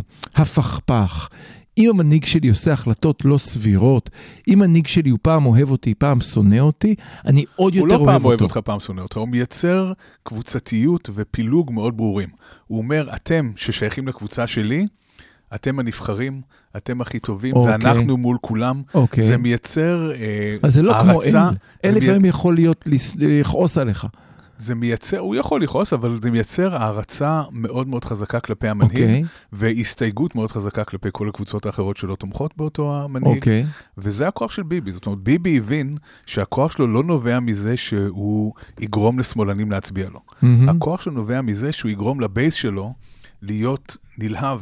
הפכפך, אם המנהיג שלי עושה החלטות לא סבירות, אם המנהיג שלי הוא פעם אוהב אותי, פעם שונא אותי, אני עוד יותר אוהב אותו.
הוא לא פעם אוהב אותך, פעם שונא אותך, הוא מייצר קבוצתיות ופילוג מאוד ברורים. הוא אומר, אתם ששייכים לקבוצה שלי, אתם הנבחרים, אתם הכי טובים, זה אנחנו מול כולם, זה מייצר הערצה.
אז זה לא כמו אל, אל לפעמים יכול להיות לכעוס עליך.
זה מייצר, הוא יכול לכעוס, אבל זה מייצר הערצה מאוד מאוד חזקה כלפי המנהיג, והסתייגות מאוד חזקה כלפי כל הקבוצות האחרות שלא תומכות באותו המנהיג, וזה הכוח של ביבי. זאת אומרת, ביבי הבין שהכוח שלו לא נובע מזה שהוא יגרום לשמאלנים להצביע לו. הכוח שלו נובע מזה שהוא יגרום לבייס שלו להיות נלהב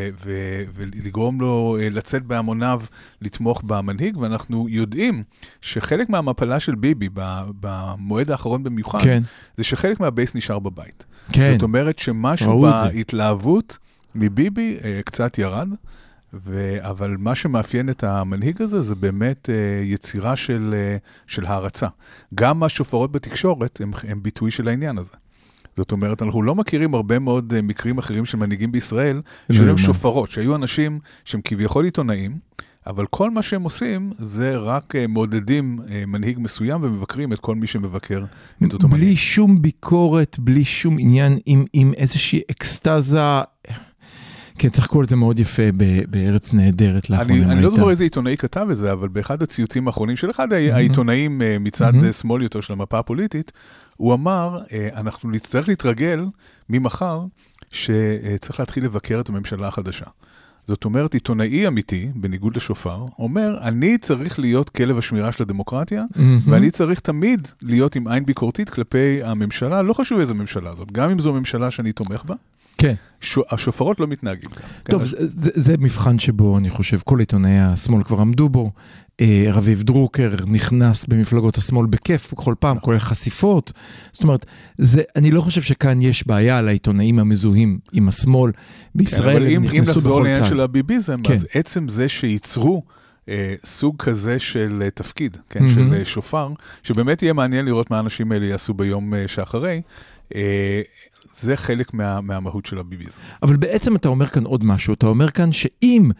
ולגרום לו לצאת בהמוניו לתמוך במנהיג, ואנחנו יודעים שחלק מהמפלה של ביבי במועד האחרון במיוחד, זה שחלק מהבייס נשאר בבית. זאת אומרת שמשהו בהתלהבות מביבי קצת ירד, אבל מה שמאפיין את המנהיג הזה זה באמת יצירה של הערצה. גם השופרות בתקשורת הם ביטוי של העניין הזה. זאת אומרת, אנחנו לא מכירים הרבה מאוד מקרים אחרים של מנהיגים בישראל, שהיו שופרות, שהיו אנשים שהם כביכול עיתונאים, אבל כל מה שהם עושים זה רק מעודדים מנהיג מסוים ומבקרים את כל מי שמבקר את אותו מנהיג.
בלי שום ביקורת, בלי שום עניין, עם איזושהי אקסטזה. כן, צריך לקרוא את זה מאוד יפה בארץ נהדרת.
אני לא זוכר איזה עיתונאי כתב את זה, אבל באחד הציוצים האחרונים של אחד העיתונאים מצד שמאל יותר של המפה הפוליטית, הוא אמר, אנחנו נצטרך להתרגל ממחר שצריך להתחיל לבקר את הממשלה החדשה. זאת אומרת, עיתונאי אמיתי, בניגוד לשופר, אומר, אני צריך להיות כלב השמירה של הדמוקרטיה, ואני צריך תמיד להיות עם עין ביקורתית כלפי הממשלה, לא חשוב איזה ממשלה זאת, גם אם זו ממשלה שאני תומך בה,
כן.
השופרות לא מתנהגים כאן.
טוב, זה מבחן שבו, אני חושב, כל עיתונאי השמאל כבר עמדו בו. רביב דרוקר נכנס במפלגות השמאל בכיף בכל פעם, כולל חשיפות. זאת אומרת, אני לא חושב שכאן יש בעיה על העיתונאים המזוהים עם השמאל בישראל.
אבל אם נחזור לעניין של הביביזם, אז עצם זה שייצרו סוג כזה של תפקיד, של שופר, שבאמת יהיה מעניין לראות מה האנשים האלה יעשו ביום שאחרי, זה חלק מהמהות של הביביזם.
אבל בעצם אתה אומר כאן עוד משהו, אתה אומר כאן שאם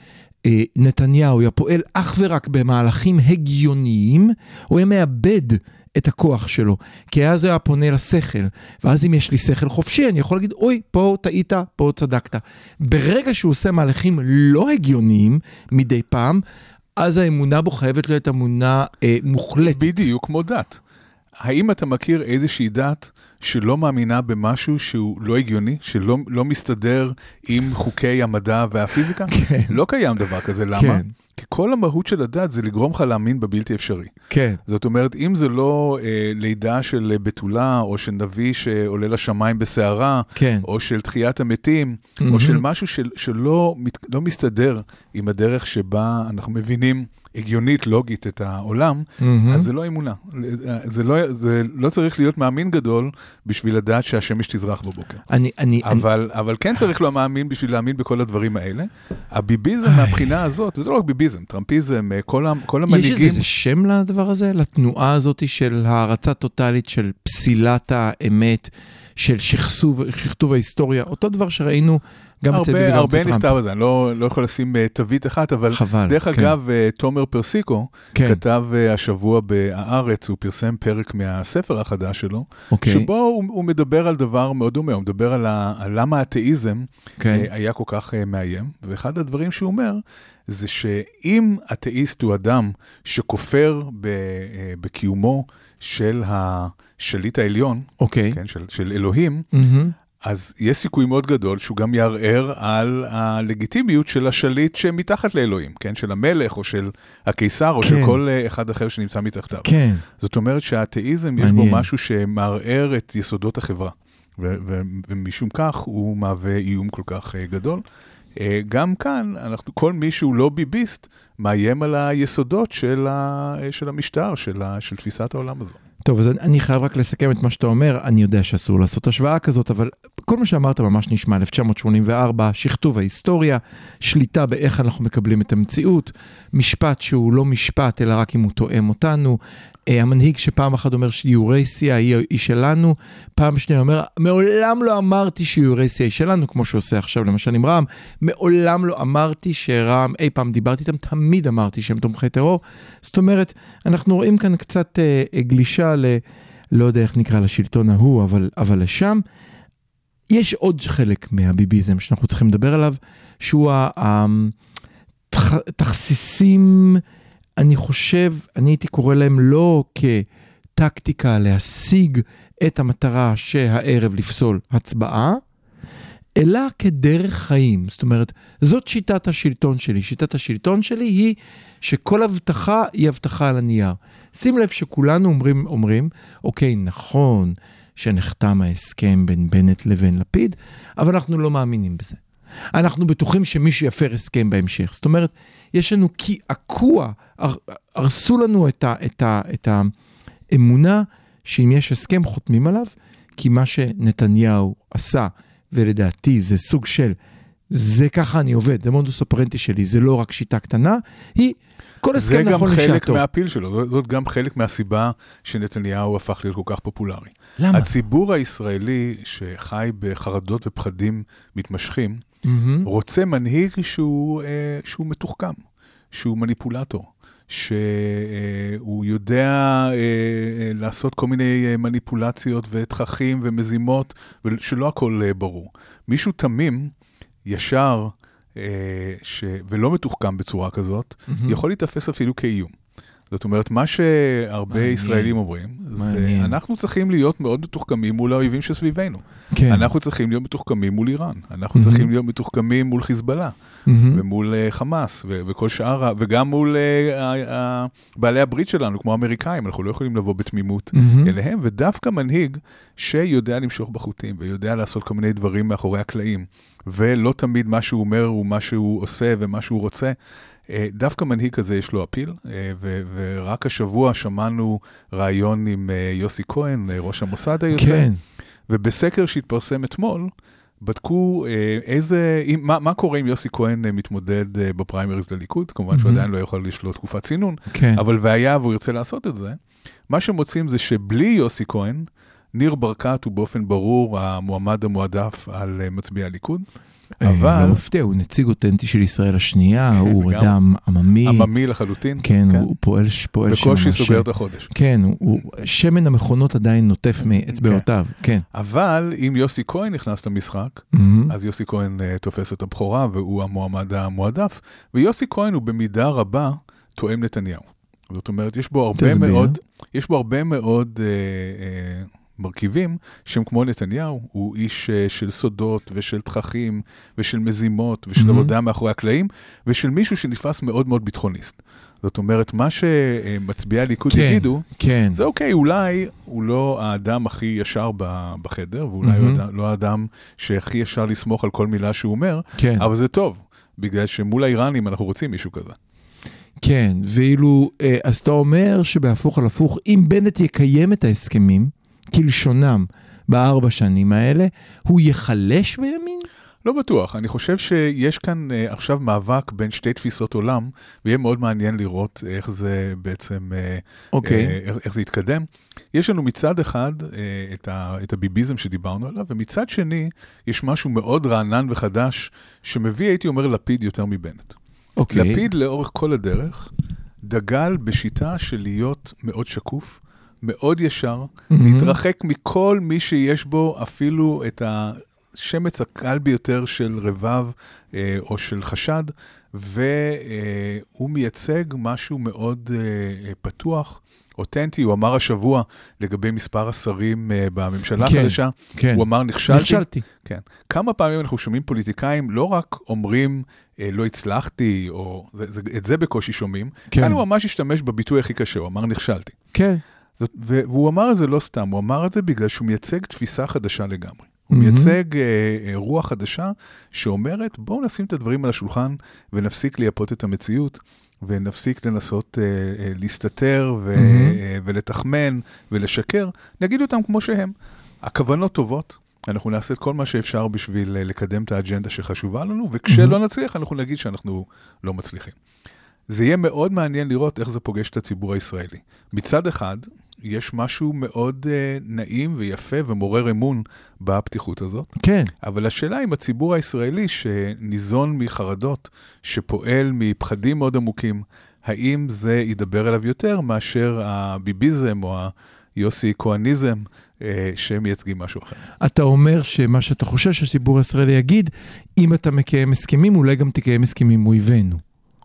נתניהו יפועל אך ורק במהלכים הגיוניים, הוא היה מאבד את הכוח שלו, כי אז הוא היה פונה לשכל, ואז אם יש לי שכל חופשי, אני יכול להגיד, אוי, פה טעית, פה צדקת. ברגע שהוא עושה מהלכים לא הגיוניים מדי פעם, אז האמונה בו חייבת להיות אמונה מוחלטת.
בדיוק כמו דת. האם אתה מכיר איזושהי דת שלא מאמינה במשהו שהוא לא הגיוני, שלא מסתדר עם חוקי המדע והפיזיקה? כן. לא קיים דבר כזה, למה? כן. כי כל המהות של הדת זה לגרום לך להאמין בבלתי אפשרי. כן. זאת אומרת, אם זה לא לידה של בתולה, או של נביא שעולה לשמיים בסערה, כן. או של תחיית המתים, או של משהו שלא מסתדר עם הדרך שבה אנחנו מבינים הגיונית, לוגית את העולם, אז זה לא אמונה. זה לא צריך להיות מאמין גדול בשביל לדעת שהשמש תזרח בבוקר. אבל כן צריך לא מאמין בשביל להאמין בכל הדברים האלה. הביביזם מהבחינה הזאת, וזה לא רק ביביזם, טראמפיזם, כל המנהיגים...
יש איזה שם לדבר הזה? לתנועה הזאת של הערצה טוטלית, של פסילת האמת, של שכתוב ההיסטוריה, אותו דבר שראינו גם אצל ביבי וגם אצל טראמפ. הרבה נכתב על זה, אני לא יכול לשים תווית אחת, אבל דרך אגב, תומר פרסיקו כתב השבוע בהארץ, הוא פרסם פרק מהספר החדש שלו, שבו הוא מדבר על דבר מאוד דומה, הוא מדבר על למה האתאיזם היה כל כך מאיים, ואחד הדברים שהוא אומר, זה שאם אתאיסט הוא אדם שכופר בקיומו של השליט העליון, של אלוהים, אז יש סיכוי מאוד גדול שהוא גם יערער על הלגיטימיות של השליט שמתחת לאלוהים, כן? של המלך או של הקיסר או של כל אחד אחר שנמצא מתחתיו. כן. זאת אומרת שהאתאיזם יש בו משהו שמערער את יסודות החברה, ומשום כך הוא מהווה איום כל כך גדול. גם כאן, כל מי שהוא לא ביביסט, מאיים על היסודות של המשטר, של תפיסת העולם הזו. טוב, אז אני חייב רק לסכם את מה שאתה אומר, אני יודע שאסור לעשות השוואה כזאת, אבל כל מה שאמרת ממש נשמע, 1984, שכתוב ההיסטוריה, שליטה באיך אנחנו מקבלים את המציאות, משפט שהוא לא משפט, אלא רק אם הוא תואם אותנו, המנהיג שפעם אחת אומר שיורסיה היא שלנו, פעם שנייה אומר, מעולם לא אמרתי שיורסיה היא שלנו, כמו שעושה עכשיו למשל עם רע"מ, מעולם לא אמרתי שרע"מ, אי פעם דיברתי איתם, תמיד אמרתי שהם תומכי טרור, זאת אומרת, אנחנו רואים כאן קצת גלישה לא יודע איך נקרא לשלטון ההוא, אבל לשם, יש עוד חלק מהביביזם שאנחנו צריכים לדבר עליו, שהוא התכסיסים, אני חושב, אני הייתי קורא להם לא כטקטיקה להשיג את המטרה שהערב לפסול הצבעה, אלא כדרך חיים. זאת אומרת, זאת שיטת השלטון שלי. שיטת השלטון שלי היא שכל הבטחה היא הבטחה על הנייר. שים לב שכולנו אומרים, אוקיי, נכון שנחתם ההסכם בין בנט לבין לפיד, אבל אנחנו לא מאמינים בזה. אנחנו בטוחים שמישהו יפר הסכם בהמשך. זאת אומרת, יש לנו קעקוע, הרסו לנו את האמונה שאם יש הסכם חותמים עליו, כי מה שנתניהו עשה, ולדעתי זה סוג של, זה ככה אני עובד, זה מודוס אופרנטי שלי, זה לא רק שיטה קטנה, היא כל הסכם נכון לשעתו.
זה גם חלק מהפיל שלו, זאת גם חלק מהסיבה שנתניהו הפך להיות כל כך פופולרי.
למה?
הציבור הישראלי שחי בחרדות ופחדים מתמשכים, רוצה מנהיג שהוא מתוחכם, שהוא מניפולטור, שהוא יודע לעשות כל מיני מניפולציות ותככים ומזימות, שלא הכל ברור. מישהו תמים, ישר, ולא מתוחכם בצורה כזאת, יכול להתאפס אפילו כאיום. זאת אומרת, מה שהרבה ישראלים אומרים, זה אנחנו צריכים להיות מאוד מתוחכמים מול האויבים שסביבנו. אנחנו צריכים להיות מתוחכמים מול איראן. אנחנו צריכים להיות מתוחכמים מול חיזבאללה, ומול חמאס, וכל שאר, וגם מול בעלי הברית שלנו, כמו האמריקאים. אנחנו לא יכולים לבוא בתמימות אליהם, ודווקא מנהיג שיודע למשוך בחוטים, ויודע לעשות כל מיני דברים מאחורי הקלעים, ולא תמיד מה שהוא אומר הוא מה שהוא עושה ומה שהוא רוצה. דווקא מנהיג כזה יש לו אפיל, ורק השבוע שמענו רעיון עם יוסי כהן, ראש המוסד היוצא, כן. ובסקר שהתפרסם אתמול, בדקו מה קורה אם יוסי כהן מתמודד בפריימריז לליכוד, כמובן שהוא עדיין לא יכול לשלוט תקופת צינון, כן. אבל והיה והוא ירצה לעשות את זה, מה שמוצאים זה שבלי יוסי כהן, ניר ברקת הוא באופן ברור המועמד המועדף על מצביעי הליכוד,
אבל... לא מפתיע, הוא נציג אותנטי של ישראל השנייה, הוא אדם עממי.
עממי לחלוטין.
כן, הוא פועל שממש.
בקושי סוגר את החודש.
כן, שמן המכונות עדיין נוטף מאצבעותיו, כן.
אבל אם יוסי כהן נכנס למשחק, אז יוסי כהן תופס את הבכורה, והוא המועמד המועדף, ויוסי כהן הוא במידה רבה תואם נתניהו. זאת אומרת, יש בו הרבה מאוד מרכיבים שהם כמו נתניהו, הוא איש של סודות ושל תככים ושל מזימות ושל עבודה מאחורי הקלעים, ושל מישהו שנפס מאוד מאוד ביטחוניסט. זאת אומרת, מה שמצביעי הליכוד יגידו, זה אוקיי, אולי הוא לא האדם הכי ישר בחדר, ואולי הוא לא האדם שהכי אפשר לסמוך על כל מילה שהוא אומר, אבל זה טוב, בגלל שמול האיראנים אנחנו רוצים מישהו כזה.
כן, ואילו, אז אתה אומר שבהפוך על הפוך, אם בנט יקיים את ההסכמים, כלשונם ב4 שנים האלה, הוא יחלש בימין?
לא בטוח. אני חושב שיש כאן עכשיו מאבק בין שתי תפיסות עולם, ויהיה מאוד מעניין לראות איך זה בעצם, איך זה יתקדם. יש לנו מצד אחד את הביביזם שדיברנו עליו, ומצד שני יש משהו מאוד רענן וחדש, שמביא, הייתי אומר, לפיד יותר מבנט. לפיד לאורך כל הדרך, דגל בשיטה של להיות מאוד שקוף, מאוד ישר, להתרחק מכל מי שיש בו אפילו את השמץ הקל ביותר של רבב או של חשד, והוא מייצג משהו מאוד פתוח, אותנטי. הוא אמר השבוע לגבי מספר השרים בממשלה החדשה, הוא אמר נכשלתי. כן. כמה פעמים אנחנו שומעים פוליטיקאים לא רק אומרים לא הצלחתי, או את זה בקושי שומעים, כאן הוא ממש השתמש בביטוי הכי קשה, הוא אמר נכשלתי.
כן.
והוא אמר את זה לא סתם, הוא אמר את זה בגלל שהוא מייצג תפיסה חדשה לגמרי. הוא מייצג רוח חדשה שאומרת, בואו נשים את הדברים על השולחן ונפסיק לייפות את המציאות, ונפסיק לנסות להסתתר ולתחמן ולשקר. נגיד אותם כמו שהם. הכוונות טובות, אנחנו נעשה את כל מה שאפשר בשביל לקדם את האג'נדה שחשובה לנו, וכשלא נצליח אנחנו נגיד שאנחנו לא מצליחים. זה יהיה מאוד מעניין לראות איך זה פוגש את הציבור הישראלי. מצד אחד, יש משהו מאוד נעים ויפה ומעורר אמון בפתיחות הזאת.
כן.
אבל השאלה אם הציבור הישראלי שניזון מחרדות, שפועל מפחדים מאוד עמוקים, האם זה ידבר אליו יותר מאשר הביביזם או היוסי כהניזם שמייצגים משהו אחר.
אתה אומר שמה שאתה חושב שהציבור הישראלי יגיד, אם אתה מקיים הסכמים, אולי גם תקיים הסכמים אויבינו.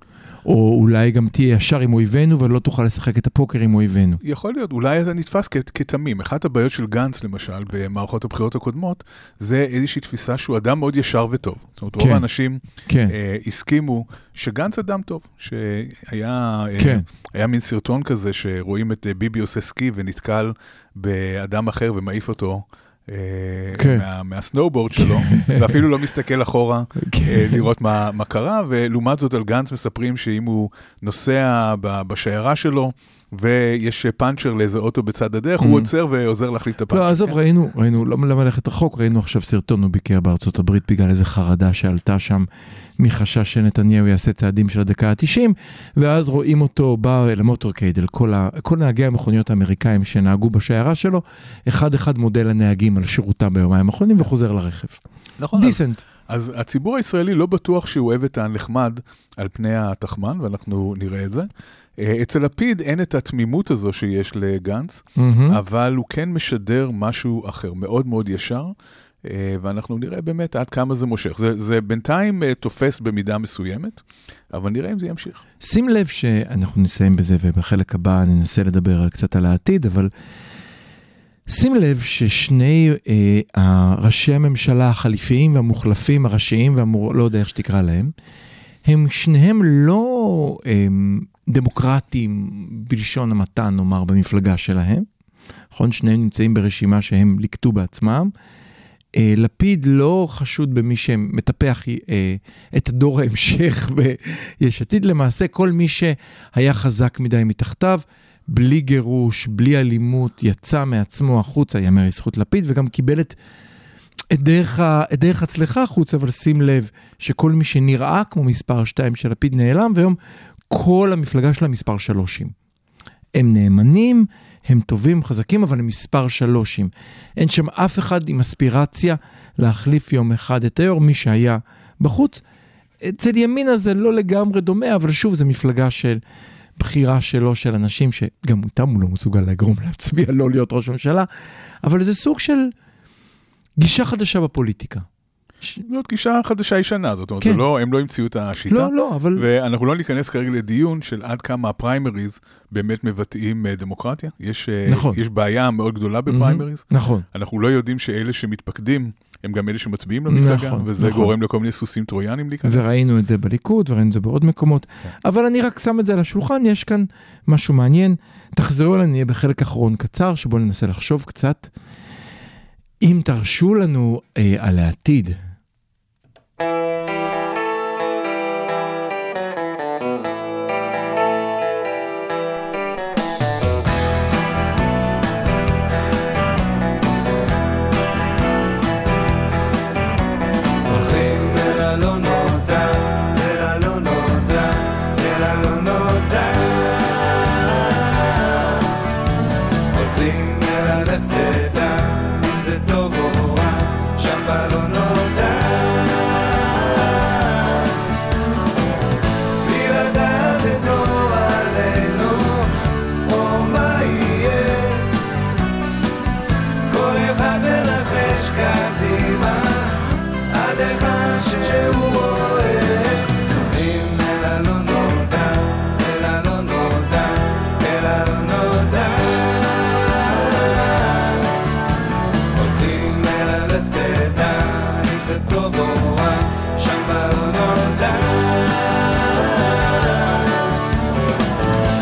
או אולי גם תהיה ישר עם אויבינו, ולא תוכל לשחק את הפוקר עם אויבינו.
יכול להיות, אולי אתה נתפס כתמים. אחת הבעיות של גנץ, למשל, במערכות הבחירות הקודמות, זה איזושהי תפיסה שהוא אדם מאוד ישר וטוב. זאת אומרת, רוב האנשים הסכימו שגנץ אדם טוב, שהיה מין סרטון כזה, שרואים את ביבי עושה סקי ונתקל באדם אחר ומעיף אותו, מהסנובורד שלו, ואפילו לא מסתכל אחורה לראות מה קרה, ולעומת זאת על גנץ מספרים שאם הוא נוסע בשיירה שלו, ויש פאנצ'ר לאיזה אוטו בצד הדרך, הוא עוצר ועוזר להחליף את הפאנצ'ר.
לא, עזוב, ראינו, לא ללכת רחוק, ראינו עכשיו סרטון, הוא ביקר בארצות הברית בגלל איזה חרדה שעלתה שם, מחשש שנתניהו יעשה צעדים של הדקה ה-90, ואז רואים אותו בא אל המוטורקייד, אל כל נהגי המכוניות האמריקאים שנהגו בשיירה שלו, אחד מודל הנהגים על שירותם ביומיים האחרונים, וחוזר לרכב.
נכון.
דיסנט.
אז הציבור הישראלי לא בטוח שהוא אוהב את הנחמד על פני התחמן, ואנחנו נראה את זה. אצל לפיד אין את התמימות הזו שיש לגנץ, אבל הוא כן משדר משהו אחר, מאוד מאוד ישר, ואנחנו נראה באמת עד כמה זה מושך. זה בינתיים תופס במידה מסוימת, אבל נראה אם זה ימשיך.
שים לב שאנחנו נסיים בזה, ובחלק הבא ננסה לדבר קצת על העתיד, אבל שים לב ששני ראשי הממשלה החליפיים והמוחלפים הראשיים, לא יודע איך שתקרא להם, הם שניהם לא דמוקרטים בלשון המעטה, נאמר, במפלגה שלהם. נכון, שניהם נמצאים ברשימה שהם לקטו בעצמם. לפיד לא חשוד במי שמטפח את הדור ההמשך ביש עתיד. למעשה, כל מי שהיה חזק מדי מתחתיו, בלי גירוש, בלי אלימות, יצא מעצמו החוצה, יאמר זכות לפיד, וגם קיבל את דרך הצלחה החוץ, אבל שים לב שכל מי שנראה כמו מספר 2 של לפיד נעלם, והיום כל המפלגה שלה מספר 3. הם נאמנים, הם טובים, חזקים, אבל הם מספר 3. אין שם אף אחד עם אספירציה להחליף יום אחד את היו"ר, מי שהיה בחוץ. אצל ימין הזה לא לגמרי דומה, אבל שוב, זו מפלגה של בחירה שלו, של אנשים שגם איתם הוא לא מסוגל לגרום להצביע, לא להיות ראש ממשלה, אבל זה סוג של גישה חדשה בפוליטיקה.
זאת גישה חדשה ישנה, זאת אומרת, הם לא המציאו את השיטה, ואנחנו לא ניכנס כרגע לדיון של עד כמה הפריימריז באמת מבטאים דמוקרטיה. יש בעיה מאוד גדולה בפריימריז.
נכון.
אנחנו לא יודעים שאלה שמתפקדים, הם גם אלה שמצביעים למפלגה, וזה גורם לכל מיני סוסים טרויאנים להיכנס.
וראינו את זה בליכוד, וראינו את זה בעוד מקומות. אבל אני רק שם את זה על השולחן, יש כאן משהו מעניין. תחזרו אלינו, נהיה בחלק אחרון קצר, שבו ננסה לחשוב קצת. אם תרשו לנו על העתיד,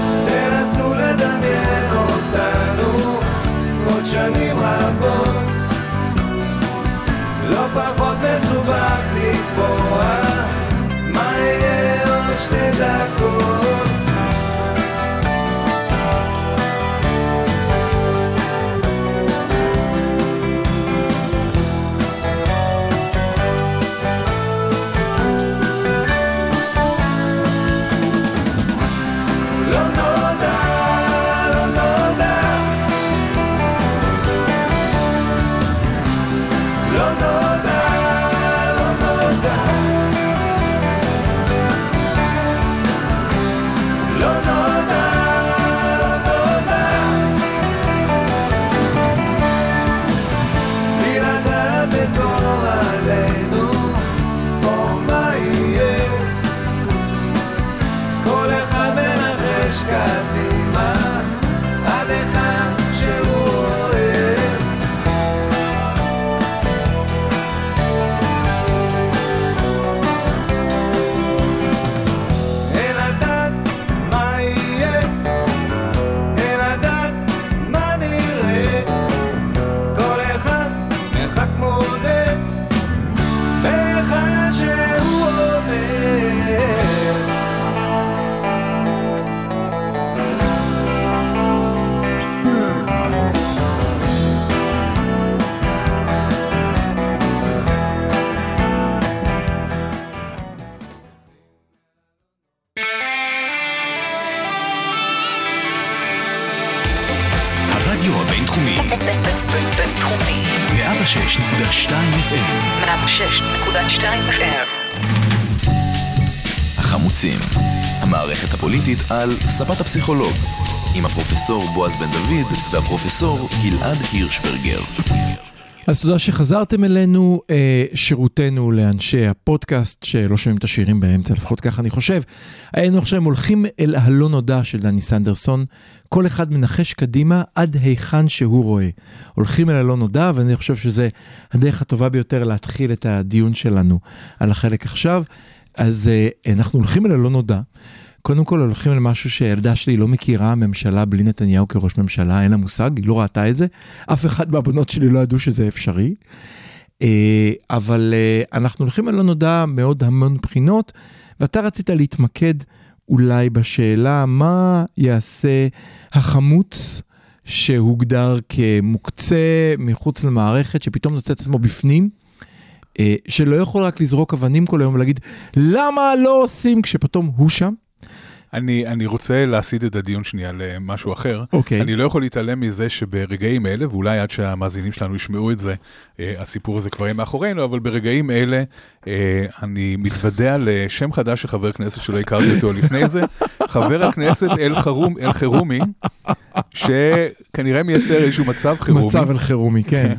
תנסו לדמיין אותנו עוד שנים רבות
FM.
106.2 FM.
החמוצים, המערכת הפוליטית על ספת הפסיכולוג, עם הפרופסור בועז בן דוד והפרופסור גלעד הירשברגר.
אז תודה שחזרתם אלינו, שירותנו לאנשי הפודקאסט שלא שומעים את השירים באמצע, לפחות ככה אני חושב. היינו עכשיו הולכים אל הלא נודע של דני סנדרסון, כל אחד מנחש קדימה עד היכן שהוא רואה. הולכים אל הלא נודע, ואני חושב שזה הדרך הטובה ביותר להתחיל את הדיון שלנו על החלק עכשיו. אז אנחנו הולכים אל הלא נודע. קודם כל הולכים על משהו שהילדה שלי לא מכירה ממשלה בלי נתניהו כראש ממשלה, אין לה מושג, היא לא ראתה את זה. אף אחד מהבנות שלי לא ידעו שזה אפשרי. אבל אנחנו הולכים על לא נודע מאוד המון בחינות, ואתה רצית להתמקד אולי בשאלה מה יעשה החמוץ שהוגדר כמוקצה מחוץ למערכת, שפתאום נוצא את עצמו בפנים, שלא יכול רק לזרוק אבנים כל היום ולהגיד, למה לא עושים כשפתאום הוא שם?
אני רוצה להסיט את הדיון שנייה למשהו אחר. אני לא יכול להתעלם מזה שברגעים אלה, ואולי עד שהמאזינים שלנו ישמעו את זה, הסיפור הזה כבר יהיה מאחורינו, אבל ברגעים אלה אני מתוודע לשם חדש של חבר כנסת שלא הכרתי אותו לפני זה, חבר הכנסת אל-חרומי, שכנראה מייצר איזשהו מצב חירומי.
מצב אל-חרומי, כן.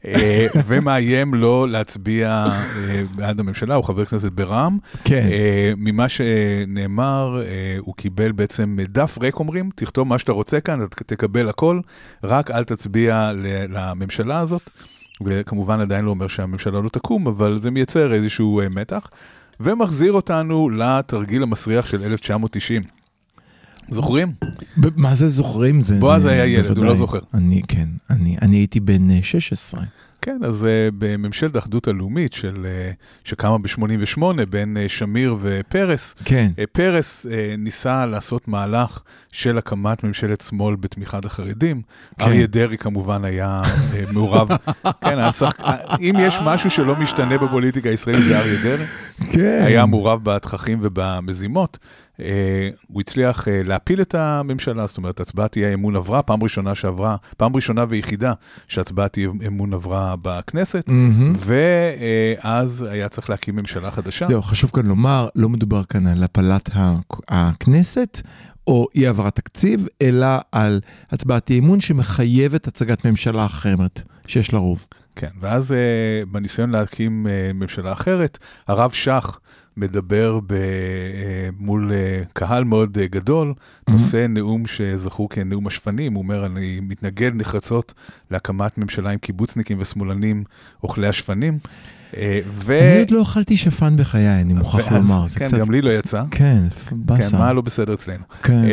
ומאיים לא להצביע בעד הממשלה, הוא חבר כנסת ברע"מ. ממה שנאמר, הוא קיבל בעצם דף ריק, אומרים, תכתוב מה שאתה רוצה כאן, אתה תקבל הכל, רק אל תצביע לממשלה הזאת. זה כמובן עדיין לא אומר שהממשלה לא תקום, אבל זה מייצר איזשהו מתח, ומחזיר אותנו לתרגיל המסריח של 1990. זוכרים?
מה זה זוכרים?
בועז היה ילד, הוא לא זוכר.
אני הייתי בן 16.
כן, אז בממשלת האחדות הלאומית שקמה ב-88 בין שמיר ופרס, פרס ניסה לעשות מהלך של הקמת ממשלת שמאל בתמיכת החרדים. אריה דרעי כמובן היה מעורב. כן, אם יש משהו שלא משתנה בפוליטיקה הישראלית זה אריה דרעי. היה מעורב בתככים ובמזימות. הוא הצליח להפיל את הממשלה, זאת אומרת, הצבעת האי-אמון עברה, פעם ראשונה ויחידה שהצבעת האי-אמון עברה בכנסת, ואז היה צריך להקים ממשלה חדשה.
זהו, חשוב כאן לומר, לא מדובר כאן על הפלת הכנסת, או אי העברת תקציב, אלא על הצבעת האי-אמון שמחייבת הצגת ממשלה אחרת, שיש לה רוב.
כן, ואז בניסיון להקים ממשלה אחרת, הרב שח מדבר מול קהל מאוד גדול, נושא נאום שזכור כנאום השפנים, הוא אומר, אני מתנגד נחרצות להקמת ממשלה עם קיבוצניקים ושמאלנים אוכלי השפנים.
אני עוד לא אכלתי שפן בחיי, אני מוכרח לומר.
כן, גם לי לא יצא.
כן, בסה.
כן, מה לא בסדר אצלנו.
כן.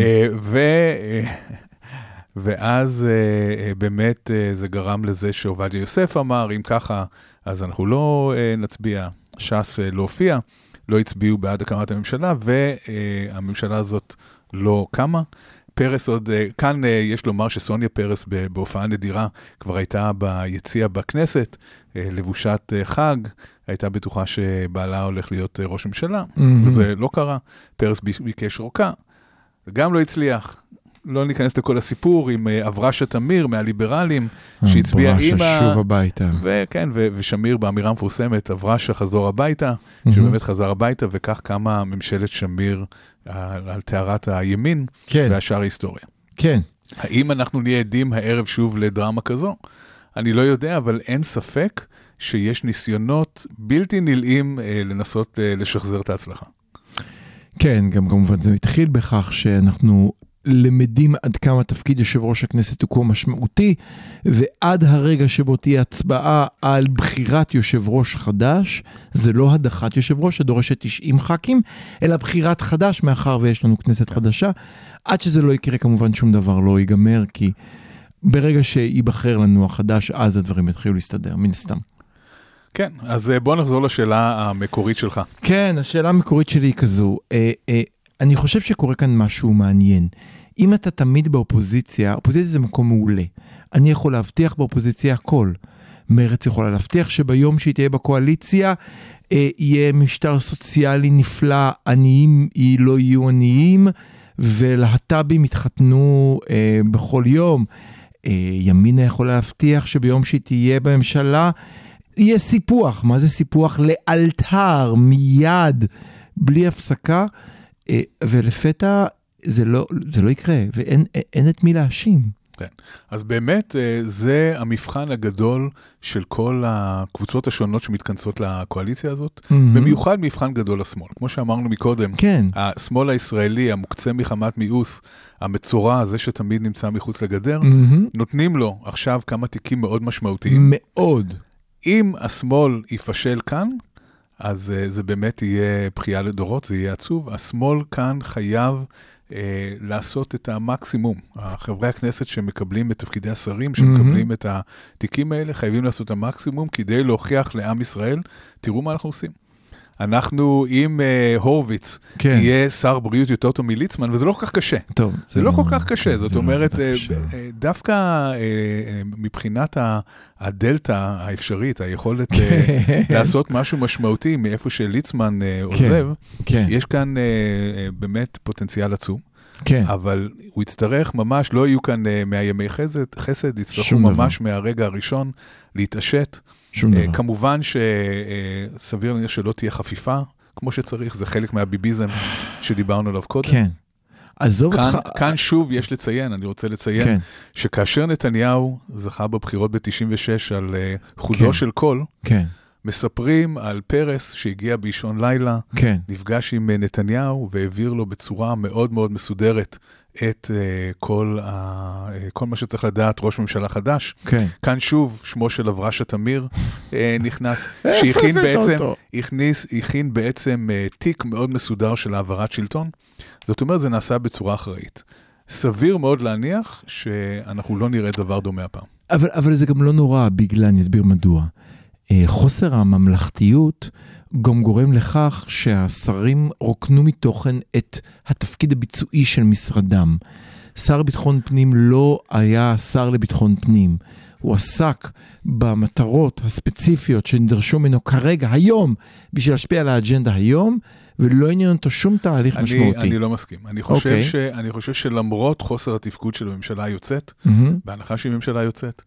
ואז באמת זה גרם לזה שעובדיה יוסף אמר, אם ככה, אז אנחנו לא נצביע, ש"ס לא הופיע, לא הצביעו בעד הקמת הממשלה, והממשלה הזאת לא קמה. פרס עוד, כאן יש לומר שסוניה פרס בהופעה נדירה, כבר הייתה ביציאה בכנסת, לבושת חג, הייתה בטוחה שבעלה הולך להיות ראש ממשלה, וזה לא קרה. פרס ביקש רוקה, גם לא הצליח. לא ניכנס לכל הסיפור עם אברשה תמיר מהליברלים, שהצביע אימא.
אברשה שוב הביתה.
וכן, ושמיר באמירה מפורסמת, אברשה חזור הביתה, שבאמת חזר הביתה, וכך קמה ממשלת שמיר על תארת הימין, והשאר ההיסטוריה.
כן.
האם אנחנו נהיה עדים הערב שוב לדרמה כזו? אני לא יודע, אבל אין ספק שיש ניסיונות בלתי נלאים לנסות לשחזר את ההצלחה.
כן, גם כמובן זה מתחיל בכך שאנחנו למדים עד כמה תפקיד יושב ראש הכנסת הוא כה משמעותי, ועד הרגע שבו תהיה הצבעה על בחירת יושב ראש חדש, זה לא הדחת יושב ראש שדורשת 90 ח"כים, אלא בחירת חדש מאחר ויש לנו כנסת חדשה. עד שזה לא יקרה כמובן שום דבר לא ייגמר, כי ברגע שיבחר לנו החדש, אז הדברים יתחילו להסתדר, מן סתם.
כן, אז בוא נחזור לשאלה המקורית שלך.
כן, השאלה המקורית שלי היא כזו. אני חושב שקורה כאן משהו מעניין. אם אתה תמיד באופוזיציה, אופוזיציה זה מקום מעולה. אני יכול להבטיח באופוזיציה הכל. מרץ יכולה להבטיח שביום שהיא תהיה בקואליציה, יהיה משטר סוציאלי נפלא, עניים לא יהיו עניים, ולהט"בים יתחתנו בכל יום. ימינה יכול להבטיח שביום שהיא תהיה בממשלה, יהיה סיפוח. מה זה סיפוח? לאלתר, מיד, בלי הפסקה, ולפתע זה לא יקרה, ואין את מי להאשים.
כן. אז באמת זה המבחן הגדול של כל הקבוצות השונות שמתכנסות לקואליציה הזאת, במיוחד מבחן גדול לשמאל. כמו שאמרנו מקודם,
כן.
השמאל הישראלי, המוקצה מחמת מיאוס, המצורע הזה שתמיד נמצא מחוץ לגדר, נותנים לו עכשיו כמה תיקים מאוד משמעותיים.
מאוד.
אם השמאל יפשל כאן, אז זה באמת יהיה בחייה לדורות, זה יהיה עצוב. השמאל כאן חייב לעשות את המקסימום. חברי הכנסת שמקבלים את תפקידי השרים, שמקבלים את התיקים האלה, חייבים לעשות את המקסימום כדי להוכיח לעם ישראל, תראו מה אנחנו עושים. אנחנו, אם הורוביץ יהיה שר בריאות יותר טוב מליצמן, וזה לא כל כך קשה.
טוב,
זה לא כל כך קשה, זאת אומרת, דווקא מבחינת הדלטה האפשרית, היכולת לעשות משהו משמעותי מאיפה שליצמן עוזב, יש כאן באמת פוטנציאל עצום. אבל הוא יצטרך ממש, לא יהיו כאן מהימי חסד, יצטרכו ממש מהרגע הראשון להתעשת. כמובן שסביר להניח שלא תהיה חפיפה כמו שצריך, זה חלק מהביביזם שדיברנו עליו קודם.
כן.
כאן שוב יש לציין, אני רוצה לציין, שכאשר נתניהו זכה בבחירות ב-96 על חודו של קול, מספרים על פרס שהגיע באישון לילה, נפגש עם נתניהו והעביר לו בצורה מאוד מאוד מסודרת את כל מה שצריך לדעת ראש ממשלה חדש. כאן שוב שמו של אברשה תמיר נכנס, שהכין בעצם תיק מאוד מסודר של העברת שלטון. זאת אומרת, זה נעשה בצורה אחראית. סביר מאוד להניח שאנחנו לא נראה דבר דומה הפעם.
אבל זה גם לא נורא, אני אסביר מדוע. חוסר הממלכתיות גם גורם לכך שהשרים רוקנו מתוכן את התפקיד הביצועי של משרדם. שר ביטחון פנים לא היה שר לביטחון פנים. הוא עסק במטרות הספציפיות שנדרשו ממנו כרגע, היום, בשביל להשפיע על האג'נדה היום, ולא עניין אותו שום תהליך משמעותי.
אני לא מסכים. אני חושב שלמרות חוסר התפקוד של הממשלה היוצאת, בהנחה שהיא ממשלה יוצאת,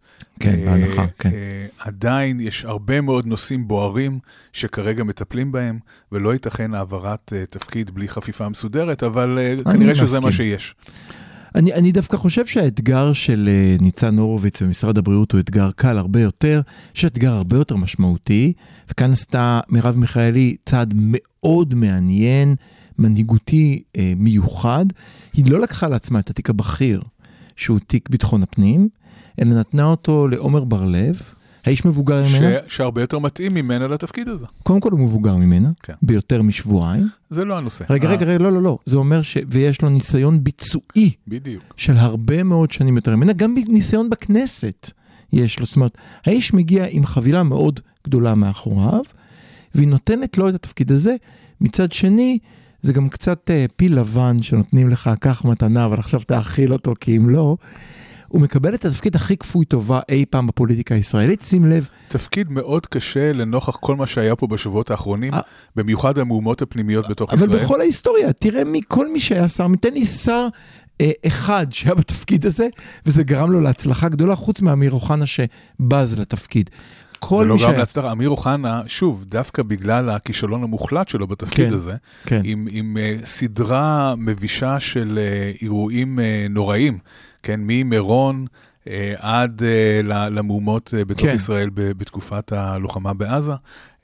עדיין יש הרבה מאוד נושאים בוערים שכרגע מטפלים בהם, ולא ייתכן העברת תפקיד בלי חפיפה מסודרת, אבל כנראה שזה מה שיש.
אני דווקא חושב שהאתגר של ניצן הורוביץ ומשרד הבריאות הוא אתגר קל הרבה יותר, יש אתגר הרבה יותר משמעותי, וכאן עשתה מרב מיכאלי צעד מאוד מעניין, מנהיגותי מיוחד. היא לא לקחה לעצמה את התיק הבכיר, שהוא תיק ביטחון הפנים, אלא נתנה אותו לעומר בר לב, האיש מבוגר ממנה.
שהרבה יותר מתאים ממנה לתפקיד הזה.
קודם כל הוא מבוגר ממנה, ביותר משבועיים.
זה לא הנושא.
רגע, לא. זה אומר ויש לו ניסיון ביצועי.
בדיוק.
של הרבה מאוד שנים יותר ממנה, גם ניסיון בכנסת יש לו. זאת אומרת, האיש מגיע עם חבילה מאוד גדולה מאחוריו, והיא נותנת לו את התפקיד הזה. מצד שני, זה גם קצת פיל לבן שנותנים לך כך מתנה, אבל עכשיו תאכיל אותו, כי אם לא, הוא מקבל את התפקיד הכי כפוי טובה אי פעם בפוליטיקה הישראלית, שים לב.
תפקיד מאוד קשה לנוכח כל מה שהיה פה בשבועות האחרונים, במיוחד המהומות הפנימיות בתוך ישראל.
אבל בכל ההיסטוריה, תראה כל מי שהיה שר, מתן לי שר אחד שהיה בתפקיד הזה, וזה גרם לו להצלחה גדולה, חוץ מאמיר אוחנה שבז לתפקיד.
זה לא גרם להצלחה, אמיר אוחנה, שוב, דווקא בגלל הכישלון המוחלט שלו בתפקיד הזה, עם סדרה מבישה של אירועים נוראים, כן, ממירון עד למהומות בתוך ישראל בתקופת הלוחמה בעזה.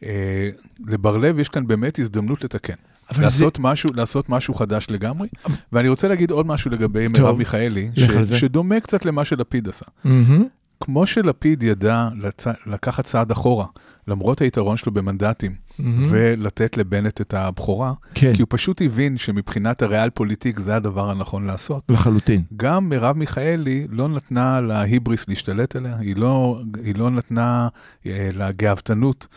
לבר לב יש כאן באמת הזדמנות לתקן. לעשות משהו חדש לגמרי. ואני רוצה להגיד עוד משהו לגבי מרב מיכאלי, שדומה קצת למה שלפיד עשה. כמו שלפיד ידע לקחת צעד אחורה, למרות היתרון שלו במנדטים, ולתת לבנט את הבכורה, כי הוא פשוט הבין שמבחינת הריאל פוליטיק זה הדבר הנכון לעשות.
לחלוטין.
גם מרב מיכאלי לא נתנה להיבריס להשתלט עליה, היא לא נתנה לגאוותנות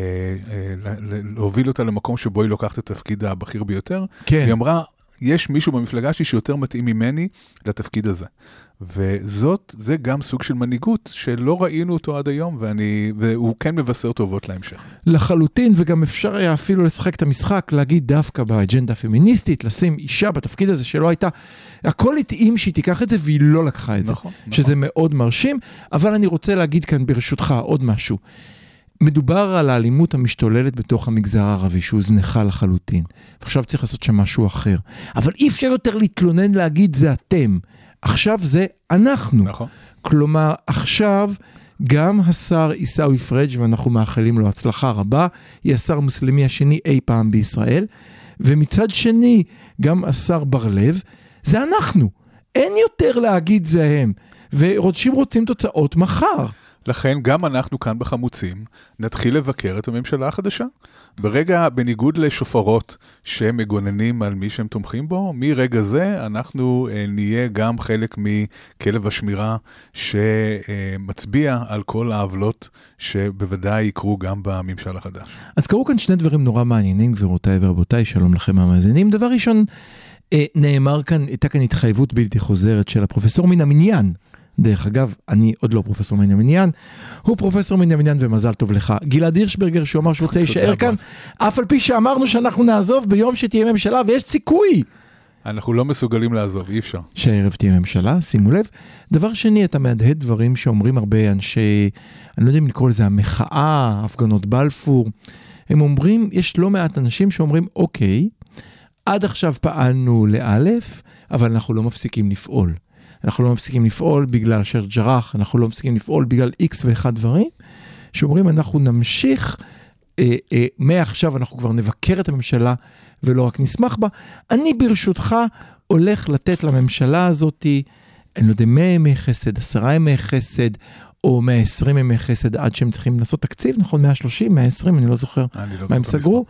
להוביל אותה למקום שבו היא לוקחת את התפקיד הבכיר ביותר. היא אמרה, יש מישהו במפלגה שלי שיותר מתאים ממני לתפקיד הזה. זה גם סוג של מנהיגות שלא ראינו אותו עד היום, והוא כן מבשר טובות להמשך.
לחלוטין, וגם אפשר היה אפילו לשחק את המשחק, להגיד דווקא באג'נדה הפמיניסטית, לשים אישה בתפקיד הזה שלא הייתה, הכל התאים שהיא תיקח את זה, והיא לא לקחה את זה, שזה מאוד מרשים, אבל אני רוצה להגיד כאן ברשותך עוד משהו. מדובר על האלימות המשתוללת בתוך המגזר הערבי, שהוזנחה לחלוטין, ועכשיו צריך לעשות שם משהו אחר. אבל אי אפשר יותר להתלונן להגיד זה אתם, עכשיו זה אנחנו.
נכון.
כלומר, עכשיו גם השר עיסאווי פריג' ואנחנו מאחלים לו הצלחה רבה, היא השר המוסלמי השני אי פעם בישראל, ומצד שני גם השר בר לב, זה אנחנו. אין יותר להגיד זה הם, ורודשים רוצים תוצאות מחר.
לכן גם אנחנו כאן בחמוצים נתחיל לבקר את הממשלה החדשה. ברגע, בניגוד לשופרות שמגוננים על מי שהם תומכים בו, מרגע זה אנחנו נהיה גם חלק מכלב השמירה שמצביע על כל העוולות שבוודאי יקרו גם בממשל החדש.
אז קראו כאן שני דברים נורא מעניינים, גבירותיי ורבותיי, שלום לכם המאזינים. דבר ראשון, נאמר כאן, הייתה כאן התחייבות בלתי חוזרת של הפרופסור מן המניין, דרך אגב, אני עוד לא פרופסור מן המניין, הוא פרופסור מן המניין ומזל טוב לך. גלעד הירשברגר שאומר שהוא רוצה להישאר כאן, אף על פי שאמרנו שאנחנו נעזוב ביום שתהיה ממשלה, ויש סיכוי.
אנחנו לא מסוגלים לעזוב, אי אפשר.
שהערב תהיה ממשלה, שימו לב. דבר שני, אתה מהדהד דברים שאומרים הרבה אנשי, אני לא יודע אם לקרוא לזה המחאה, הפגנות בלפור, הם אומרים, יש לא מעט אנשים שאומרים, אוקיי, עד עכשיו פעלנו לאלף, אבל אנחנו לא מפסיקים לפעול. אנחנו לא מפסיקים לפעול בגלל שייח' ג'ראח, אנחנו לא מפסיקים לפעול בגלל X ואחד דברים, שאומרים אנחנו נמשיך, מעכשיו אנחנו כבר נבקר את הממשלה ולא רק נשמח בה. אני ברשותך הולך לתת לממשלה הזאת, אני לא יודע, 100 ימי חסד, 10 ימי חסד, או 120 ימי חסד עד שהם צריכים לעשות תקציב, נכון? 130, 120, אני לא זוכר מה הם סגרו.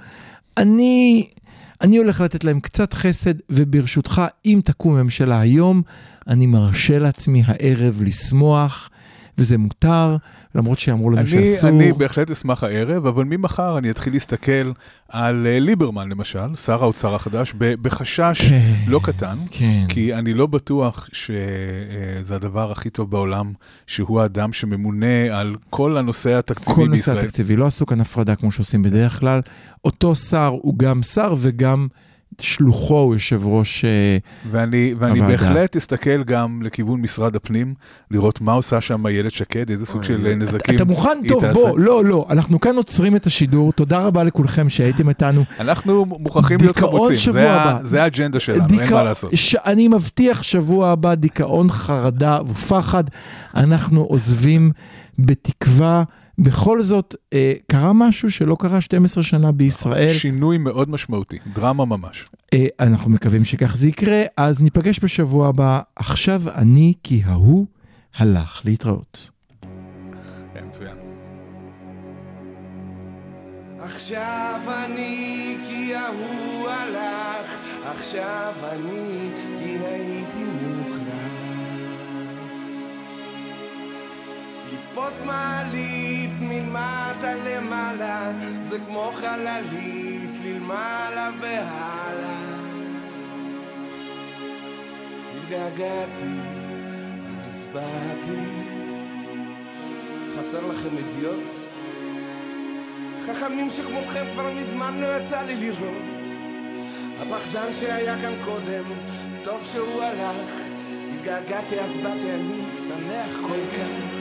אני הולך לתת להם קצת חסד, וברשותך, אם תקום ממשלה היום, אני מרשה לעצמי הערב לשמוח, וזה מותר, למרות שאמרו לנו שאסור.
אני בהחלט אשמח הערב, אבל ממחר אני אתחיל להסתכל על ליברמן למשל, שר האוצר החדש, בחשש לא קטן, כי אני לא בטוח שזה הדבר הכי טוב בעולם, שהוא האדם שממונה על כל הנושא התקציבי בישראל.
כל נושא התקציבי, לא עשו כאן הפרדה כמו שעושים בדרך כלל. אותו שר הוא גם שר וגם שלוחו הוא יושב ראש
ואני בהחלט אסתכל גם לכיוון משרד הפנים, לראות מה עושה שם איילת שקד, איזה סוג של נזקים.
אתה מוכן? טוב, בוא, לא, אנחנו כאן עוצרים את השידור, תודה רבה לכולכם שהייתם איתנו.
אנחנו מוכרחים להיות חמוצים, זה האג'נדה שלנו, אין מה לעשות.
אני מבטיח שבוע הבא, דיכאון, חרדה ופחד, אנחנו עוזבים בתקווה, בכל זאת, קרה משהו שלא קרה 12 שנה בישראל.
שינוי מאוד משמעותי, דרמה ממש.
אנחנו מקווים שכך זה יקרה, אז ניפגש בשבוע הבא. עכשיו אני כי ההוא הלך. להתראות.
מצוין.
עכשיו אני כי ההוא הלך, עכשיו אני כי הייתי מוכרח ליפוס מעלית מלמטה למעלה, זה כמו חללית ללמעלה והלאה. התגעגעתי, אז באתי. חסר לכם אידיוט? חכמים שכמותכם כבר מזמן לא יצא לי לראות. הפחדן שהיה כאן קודם, טוב שהוא הלך. התגעגעתי, אז באתי, אני שמח כל כך.